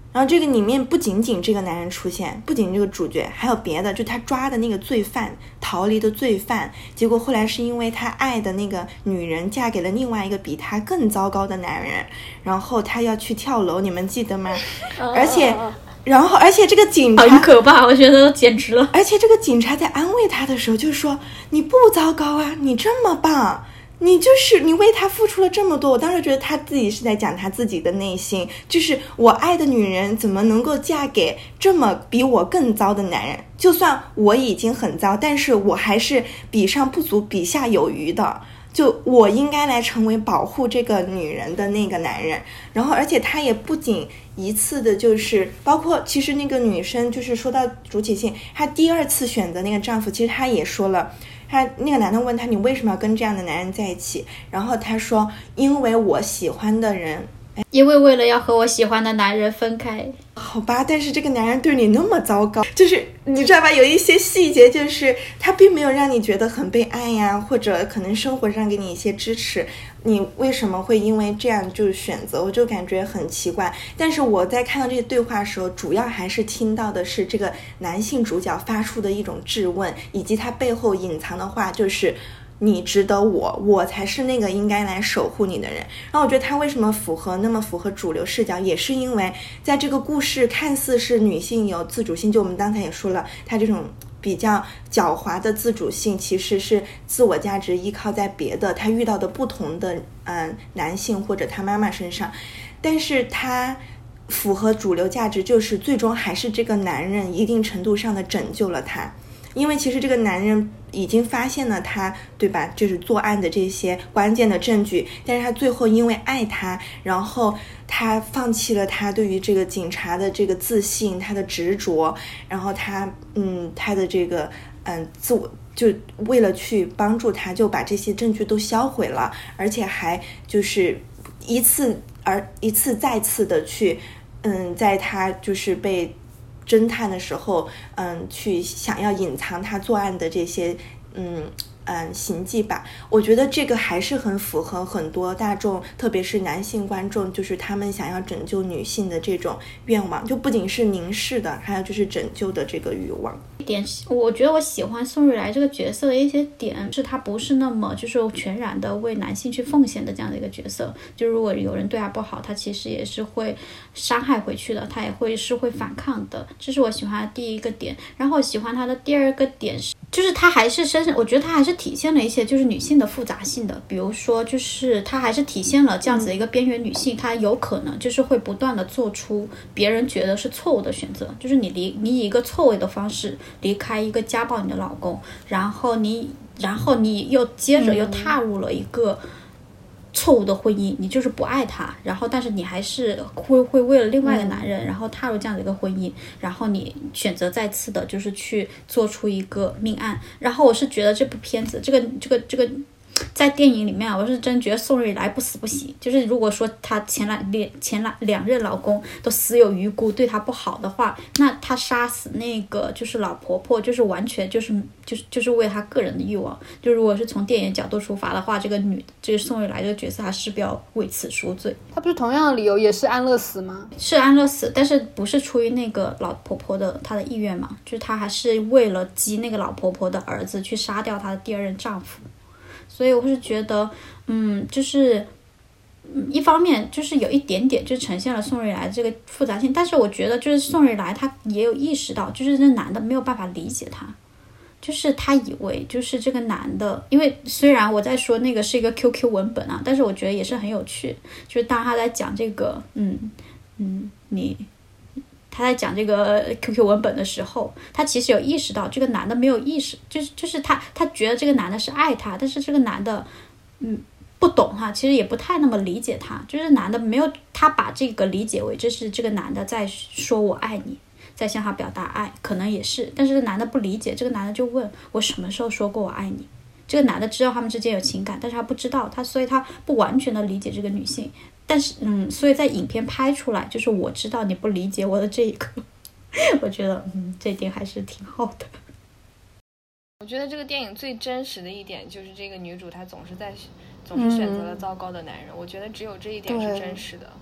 然后这个里面不仅仅这个男人出现，不仅这个主角，还有别的，就他抓的那个罪犯，逃离的罪犯，结果后来是因为他爱的那个女人嫁给了另外一个比他更糟糕的男人，然后他要去跳楼，你们记得吗？而且然后而且这个警察很可怕，我觉得简直了。 而且这个警察在安慰他的时候就说，你不糟糕啊，你这么棒，你就是你为他付出了这么多。我当时觉得他自己是在讲他自己的内心，就是我爱的女人怎么能够嫁给这么比我更糟的男人，就算我已经很糟，但是我还是比上不足比下有余的，就我应该来成为保护这个女人的那个男人。然后而且他也不仅一次的就是包括其实那个女生就是说到主体性，她第二次选择那个丈夫，其实她也说了，他那个男的问他，你为什么要跟这样的男人在一起，然后他说因为我喜欢的人， 因为为了要和我喜欢的男人分开。 好吧，但是这个男人对你那么糟糕，就是你知道吧，有一些细节就是他并没有让你觉得很被爱呀，或者可能生活上给你一些支持，你为什么会因为这样就选择，我就感觉很奇怪。但是我在看到这些对话的时候，主要还是听到的是这个男性主角发出的一种质问，以及他背后隐藏的话，就是你值得我，我才是那个应该来守护你的人。然后我觉得他为什么符合那么符合主流视角，也是因为在这个故事看似是女性有自主性，就我们刚才也说了，他这种比较狡猾的自主性其实是自我价值依靠在别的他遇到的不同的嗯、呃、男性或者他妈妈身上，但是他符合主流价值，就是最终还是这个男人一定程度上的拯救了他。因为其实这个男人已经发现了他，对吧，就是作案的这些关键的证据，但是他最后因为爱他，然后他放弃了他对于这个警察的这个自信，他的执着，然后他嗯他的这个嗯自我，就为了去帮助他，就把这些证据都销毁了，而且还就是一次而一次再次的去嗯在他就是被侦探的时候，嗯，去想要隐藏他作案的这些，嗯嗯行迹吧。我觉得这个还是很符合很多大众，特别是男性观众，就是他们想要拯救女性的这种愿望，就不仅是凝视的，还有就是拯救的这个欲望。 点，我觉得我喜欢宋瑞来这个角色的一些点是，他不是那么就是全然的为男性去奉献的这样的一个角色。就如果有人对他不好，他其实也是会伤害回去的，他也会是会反抗的。这是我喜欢的第一个点。然后我喜欢他的第二个点是，就是他还是身上，我觉得他还是体现了一些就是女性的复杂性的。比如说，就是他还是体现了这样子的一个边缘女性，她有可能就是会不断的做出别人觉得是错误的选择，就是你离你以一个错误的方式离开一个家暴你的老公，然后你然后你又接着又踏入了一个错误的婚姻，你就是不爱他，然后但是你还是会会为了另外一个男人，然后踏入这样的一个婚姻，然后你选择再次的就是去做出一个命案。然后我是觉得这部片子这个这个这个在电影里面，我是真觉得宋瑞来不死不行。就是如果说她前两前两两任老公都死有余辜，对她不好的话，那她杀死那个就是老婆婆，就是完全就是就是就是为她个人的欲望。就如果是从电影角度出发的话，这个女这个宋瑞来这个角色，她势必要为此赎罪。 她不是同样的理由也是安乐死吗？ 是安乐死，但是不是出于那个老婆婆的她的意愿嘛？就是她还是为了激那个老婆婆的儿子去杀掉她的第二任丈夫。所以我是觉得，嗯，就是，嗯，一方面就是有一点点就呈现了宋瑞来这个复杂性，但是我觉得就是宋瑞来他也有意识到，就是这男的没有办法理解他，就是他以为就是这个男的，因为虽然我在说那个是一个 Q Q 文本啊，但是我觉得也是很有趣，就是当他在讲这个，嗯嗯，你。他在讲这个 Q Q 文本的时候，他其实有意识到这个男的没有意识，就是就是他他觉得这个男的是爱他，但是这个男的嗯不懂哈，其实也不太那么理解他，就是男的没有他把这个理解为这是这个男的在说我爱你，在向他表达爱，可能也是，但是这男的不理解，这个男的就问我什么时候说过我爱你？这个男的知道他们之间有情感，但是他不知道他，所以他不完全的理解这个女性。但是，嗯，所以在影片拍出来，就是我知道你不理解我的这一刻，我觉得，嗯，这一点还是挺好的。 我觉得这个电影最真实的一点就是这个女主她总是在总是选择了糟糕的男人，嗯、我觉得只有这一点是真实的。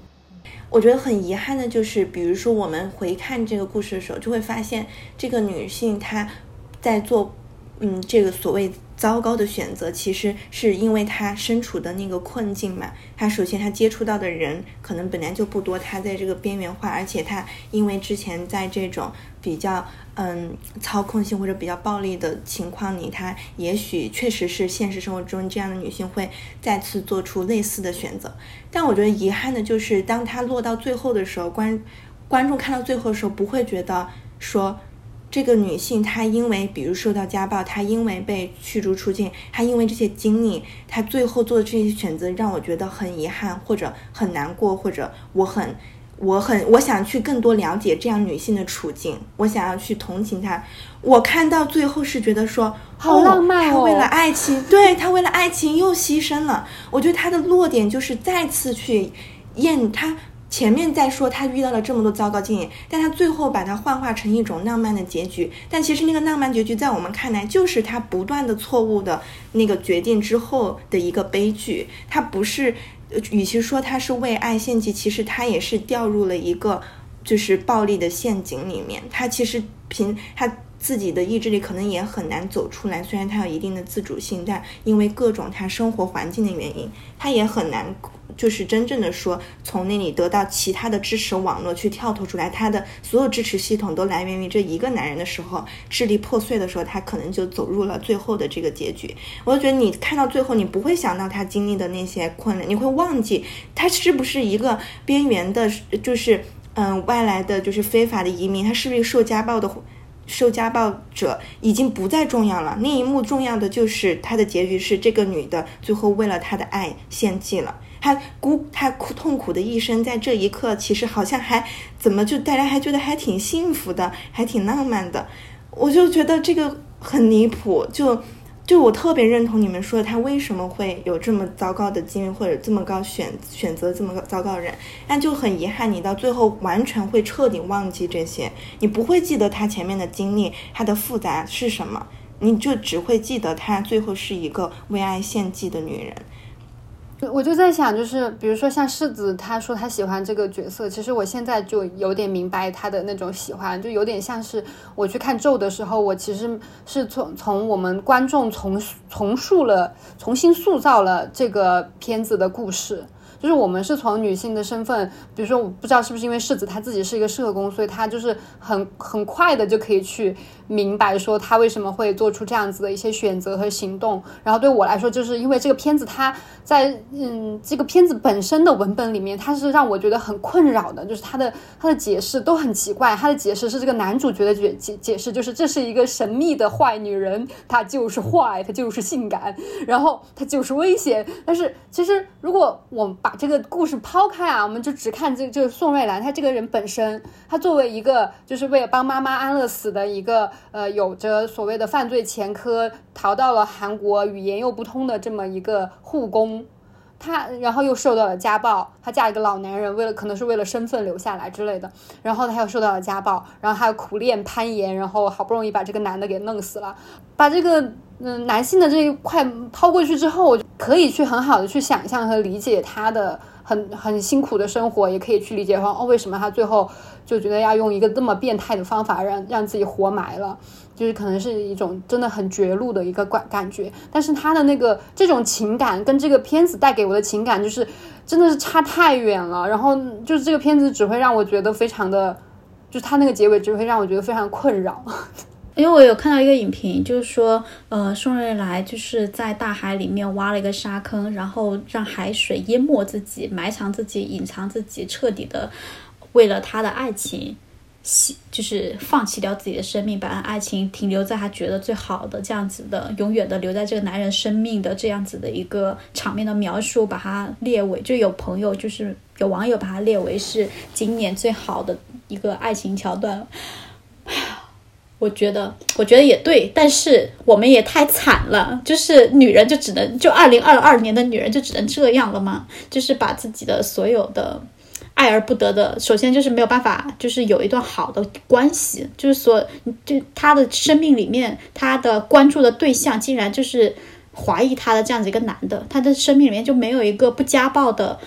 我觉得很遗憾的就是，比如说我们回看这个故事的时候，就会发现这个女性她在做嗯这个所谓糟糕的选择，其实是因为她身处的那个困境嘛。她首先她接触到的人可能本来就不多，她在这个边缘化，而且她因为之前在这种比较嗯操控性或者比较暴力的情况里，她也许确实是现实生活中这样的女性会再次做出类似的选择。但我觉得遗憾的就是，当她落到最后的时候，观观众看到最后的时候，不会觉得说这个女性她因为比如受到家暴，她因为被驱逐出境，她因为这些经历，她最后做的这些选择让我觉得很遗憾，或者很难过，或者我很我很我想去更多了解这样女性的处境，我想要去同情她。我看到最后是觉得说好浪漫哦， 她为了爱情，对，她为了爱情又牺牲了。我觉得她的落点就是再次去验她前面在说他遇到了这么多糟糕经验，但他最后把它幻化成一种浪漫的结局。但其实那个浪漫结局在我们看来就是他不断的错误的那个决定之后的一个悲剧。他不是，与其说他是为爱献祭，其实他也是掉入了一个就是暴力的陷阱里面。他其实凭他自己的意志力可能也很难走出来，虽然他有一定的自主性，但因为各种他生活环境的原因，他也很难就是真正的说从那里得到其他的支持网络去跳脱出来。他的所有支持系统都来源于这一个男人的时候，支离破碎的时候，他可能就走入了最后的这个结局。我就觉得你看到最后，你不会想到他经历的那些困难，你会忘记他是不是一个边缘的就是嗯外来的就是非法的移民，他是不是受家暴的受家暴者已经不再重要了。那一幕重要的就是他的结局是这个女的最后为了他的爱献祭了。他孤他痛苦的一生在这一刻其实好像还怎么就大家还觉得还挺幸福的，还挺浪漫的。我就觉得这个很离谱，就就我特别认同你们说的，他为什么会有这么糟糕的经历，或者这么高选选择这么糟糕的人，但就很遗憾你到最后完全会彻底忘记这些，你不会记得他前面的经历，他的复杂是什么，你就只会记得他最后是一个为爱献祭的女人。 我就在想，就是比如说像世子他说他喜欢这个角色，其实我现在就有点明白他的那种喜欢，就有点像是我去看咒的时候，我其实是从从我们观众重重塑了重新塑造了这个片子的故事。就是我们是从女性的身份，比如说我不知道是不是因为世子她自己是一个社工，所以她就是很很快的就可以去明白说她为什么会做出这样子的一些选择和行动。然后对我来说，就是因为这个片子它在嗯这个片子本身的文本里面，它是让我觉得很困扰的，就是它的它的解释都很奇怪。它的解释是这个男主角的解解解释，就是这是一个神秘的坏女人，她就是坏，她就是性感，然后她就是危险。但是其实如果我们把这个故事抛开啊，我们就只看这个这个宋瑞兰她这个人本身，她作为一个就是为了帮妈妈安乐死的一个呃有着所谓的犯罪前科，逃到了韩国，语言又不通的这么一个护工，她然后又受到了家暴，她嫁一个老男人，为了可能是为了身份留下来之类的，然后她又受到了家暴，然后还有苦练攀岩，然后好不容易把这个男的给弄死了。把这个嗯、呃、男性的这一块抛过去之后，我可以去很好的去想象和理解他的很很辛苦的生活，也可以去理解说哦为什么他最后就觉得要用一个这么变态的方法让让自己活埋了，就是可能是一种真的很绝路的一个感感觉。但是他的那个这种情感跟这个片子带给我的情感就是真的是差太远了，然后就是这个片子只会让我觉得非常的，就是他那个结尾只会让我觉得非常困扰。 因为我有看到一个影评，就是说呃，宋瑞来就是在大海里面挖了一个沙坑，然后让海水淹没自己，埋藏自己，隐藏自己，彻底的为了他的爱情就是放弃掉自己的生命，把爱情停留在他觉得最好的这样子的永远的留在这个男人生命的这样子的一个场面的描述，把它列为，就有朋友就是有网友把它列为是今年最好的一个爱情桥段。我觉得我觉得也对，但是我们也太惨了，就是女人就只能就二零二二年的女人就只能这样了吗？就是把自己的所有的爱而不得的，首先就是没有办法就是有一段好的关系，就是说就他的生命里面他的关注的对象竟然就是怀疑他的这样子一个男的，他的生命里面就没有一个不家暴的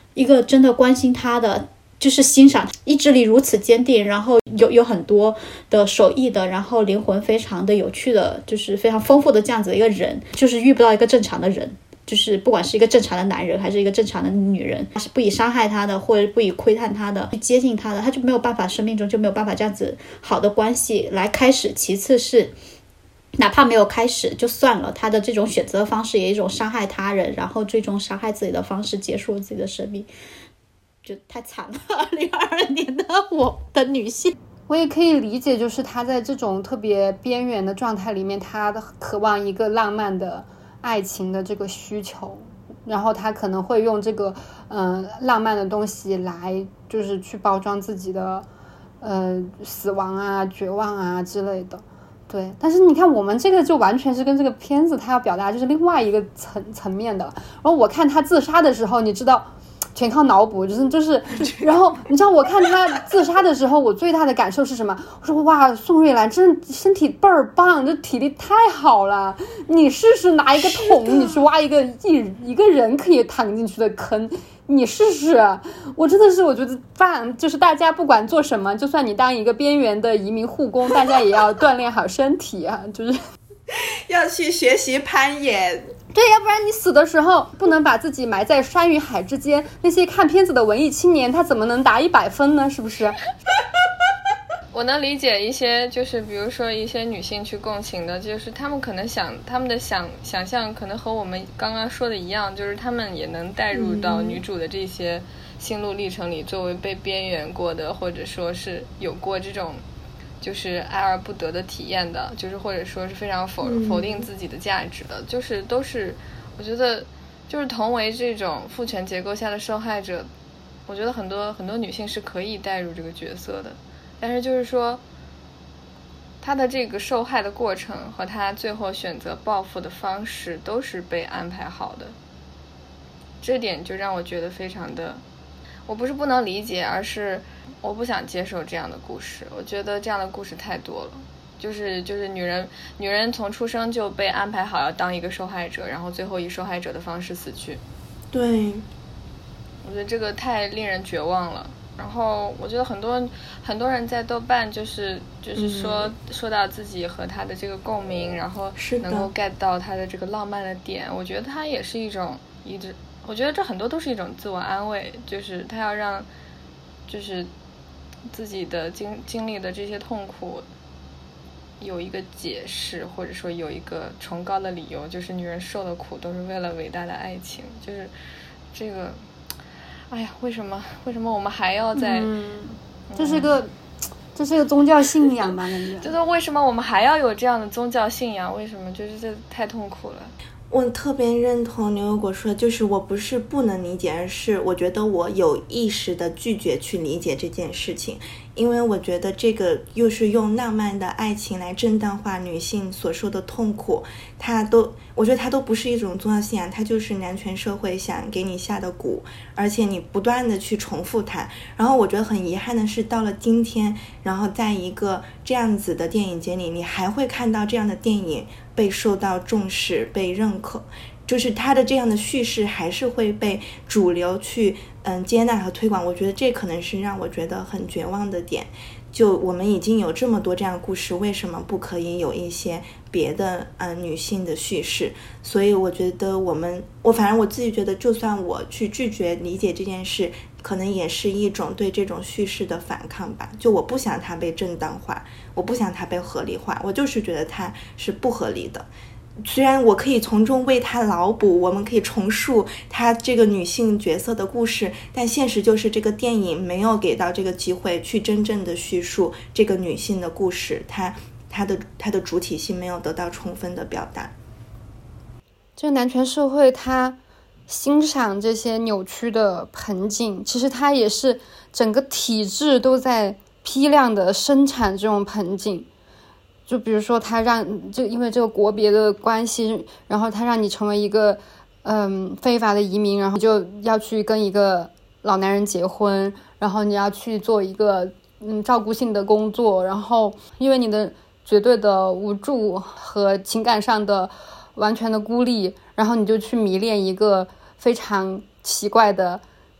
一个真的关心他的，就是欣赏意志力如此坚定，然后有有很多的手艺的，然后灵魂非常的有趣的，就是非常丰富的这样子的一个人，就是遇不到一个正常的人，就是不管是一个正常的男人还是一个正常的女人，是不以伤害他的或者不以窥探他的去接近他的，他就没有办法，生命中就没有办法这样子好的关系来开始。其次是哪怕没有开始就算了，他的这种选择方式也一种伤害他人，然后最终伤害自己的方式结束自己的生命，就太惨了。二零二二年的我的女性， 我也可以理解，就是他在这种特别边缘的状态里面，他的渴望一个浪漫的爱情的这个需求，然后他可能会用这个嗯、呃、浪漫的东西来就是去包装自己的呃死亡啊、绝望啊之类的。对，但是你看我们这个就完全是跟这个片子他要表达就是另外一个层层面的。然后我看他自杀的时候，你知道全靠脑补，就是就是，然后你知道我看他自杀的时候，我最大的感受是什么？我说哇，宋瑞兰真身体倍儿棒，这体力太好了。你试试拿一个桶，你去挖一个一一个人可以躺进去的坑，你试试。我真的是我觉得棒，就是大家不管做什么，就算你当一个边缘的移民护工，大家也要锻炼好身体啊，就是要去学习攀岩。 对，要不然你死的时候不能把自己埋在山与海之间，那些看片子的文艺青年他怎么能打一百分呢？是不是？ 我能理解一些，就是比如说一些女性去共情的，就是她们可能想她们的想想象可能和我们刚刚说的一样，就是她们也能带入到女主的这些心路历程里，作为被边缘过的，或者说是有过这种就是爱而不得的体验的，就是或者说是非常否否定自己的价值的，就是都是我觉得就是同为这种父权结构下的受害者，我觉得很多很多女性是可以带入这个角色的，但是就是说她的这个受害的过程和她最后选择报复的方式都是被安排好的，这点就让我觉得非常的，我不是不能理解，而是我不想接受这样的故事。我觉得这样的故事太多了，就是就是女人女人从出生就被安排好要当一个受害者，然后最后以受害者的方式死去。 对， 我觉得这个太令人绝望了。然后我觉得很多很多人在豆瓣就是就是说、嗯、说到自己和他的这个共鸣，然后能够 get 到他的这个浪漫的点，我觉得他也是一种一直我觉得这很多都是一种自我安慰，就是他要让就是自己的经经历的这些痛苦有一个解释，或者说有一个崇高的理由，就是女人受的苦都是为了伟大的爱情，就是这个哎呀，为什么为什么我们还要在、 嗯、这是个、嗯、这是个宗教信仰吧，感觉就是为什么我们还要有这样的宗教信仰，为什么就是这太痛苦了。 我特别认同牛油果说的，就是我不是不能理解，而是我觉得我有意识的拒绝去理解这件事情，因为我觉得这个又是用浪漫的爱情来正当化女性所受的痛苦，它都我觉得它都不是一种宗教信仰，它就是男权社会想给你下的蛊，而且你不断的去重复它。然后我觉得很遗憾的是，到了今天，然后在一个这样子的电影节里，你还会看到这样的电影被受到重视、被认可，就是它的这样的叙事还是会被主流去嗯接纳和推广。我觉得这可能是让我觉得很绝望的点，就我们已经有这么多这样的故事，为什么不可以有一些别的嗯女性的叙事？所以我觉得我们我反正我自己觉得，就算我去拒绝理解这件事，可能也是一种对这种叙事的反抗吧。就我不想它被正当化，我不想它被合理化，我就是觉得它是不合理的。虽然我可以从中为她脑补，我们可以重述她这个女性角色的故事，但现实就是这个电影没有给到这个机会去真正的叙述这个女性的故事，她她的她的主体性没有得到充分的表达。 这个男权社会它欣赏这些扭曲的盆景，其实它也是整个体制都在批量的生产这种盆景。就比如说他让就因为这个国别的关系，然后他让你成为一个嗯非法的移民，然后就要去跟一个老男人结婚，然后你要去做一个嗯照顾性的工作，然后因为你的绝对的无助和情感上的完全的孤立，然后你就去迷恋一个非常奇怪的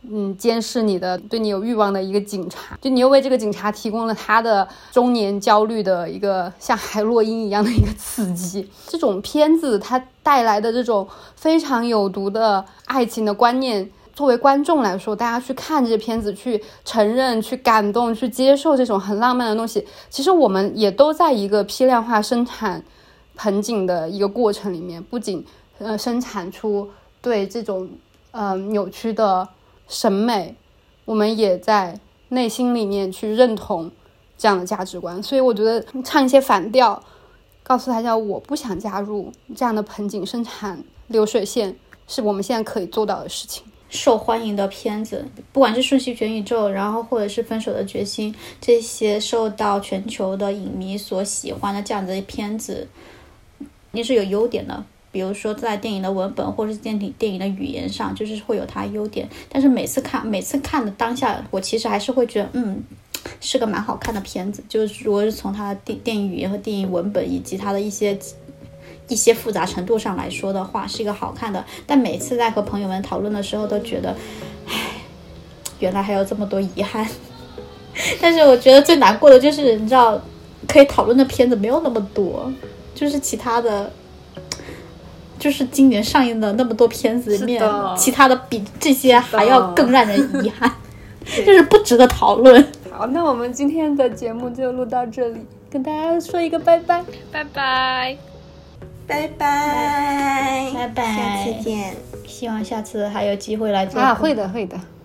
嗯，监视你的，对你有欲望的一个警察，就你又为这个警察提供了他的中年焦虑的一个像海洛因一样的一个刺激。这种片子它带来的这种非常有毒的爱情的观念，作为观众来说，大家去看这些片子，去承认、去感动、去接受这种很浪漫的东西，其实我们也都在一个批量化生产盆景的一个过程里面，不仅呃生产出对这种呃扭曲的审美，我们也在内心里面去认同这样的价值观。所以我觉得唱一些反调，告诉大家我不想加入这样的盆景生产流水线，是我们现在可以做到的事情。 受欢迎的片子，不管是瞬息全宇宙，然后或者是分手的决心，这些受到全球的影迷所喜欢的这样子的片子也是有优点的，比如说在电影的文本或者是电影电影的语言上，就是会有它优点。但是每次看每次看的当下，我其实还是会觉得嗯是个蛮好看的片子，就是如果是从它的电电影语言和电影文本以及它的一些一些复杂程度上来说的话，是一个好看的。但每次在和朋友们讨论的时候都觉得唉，原来还有这么多遗憾。但是我觉得最难过的就是你知道可以讨论的片子没有那么多，就是其他的就是今年上映的那么多片子里面，其他的比这些还要更让人遗憾，就是不值得讨论。 好，那我们今天的节目就录到这里，跟大家说一个拜拜， 拜拜， 拜拜， 拜拜， 下次见。 希望下次还有机会来做啊，会的会的。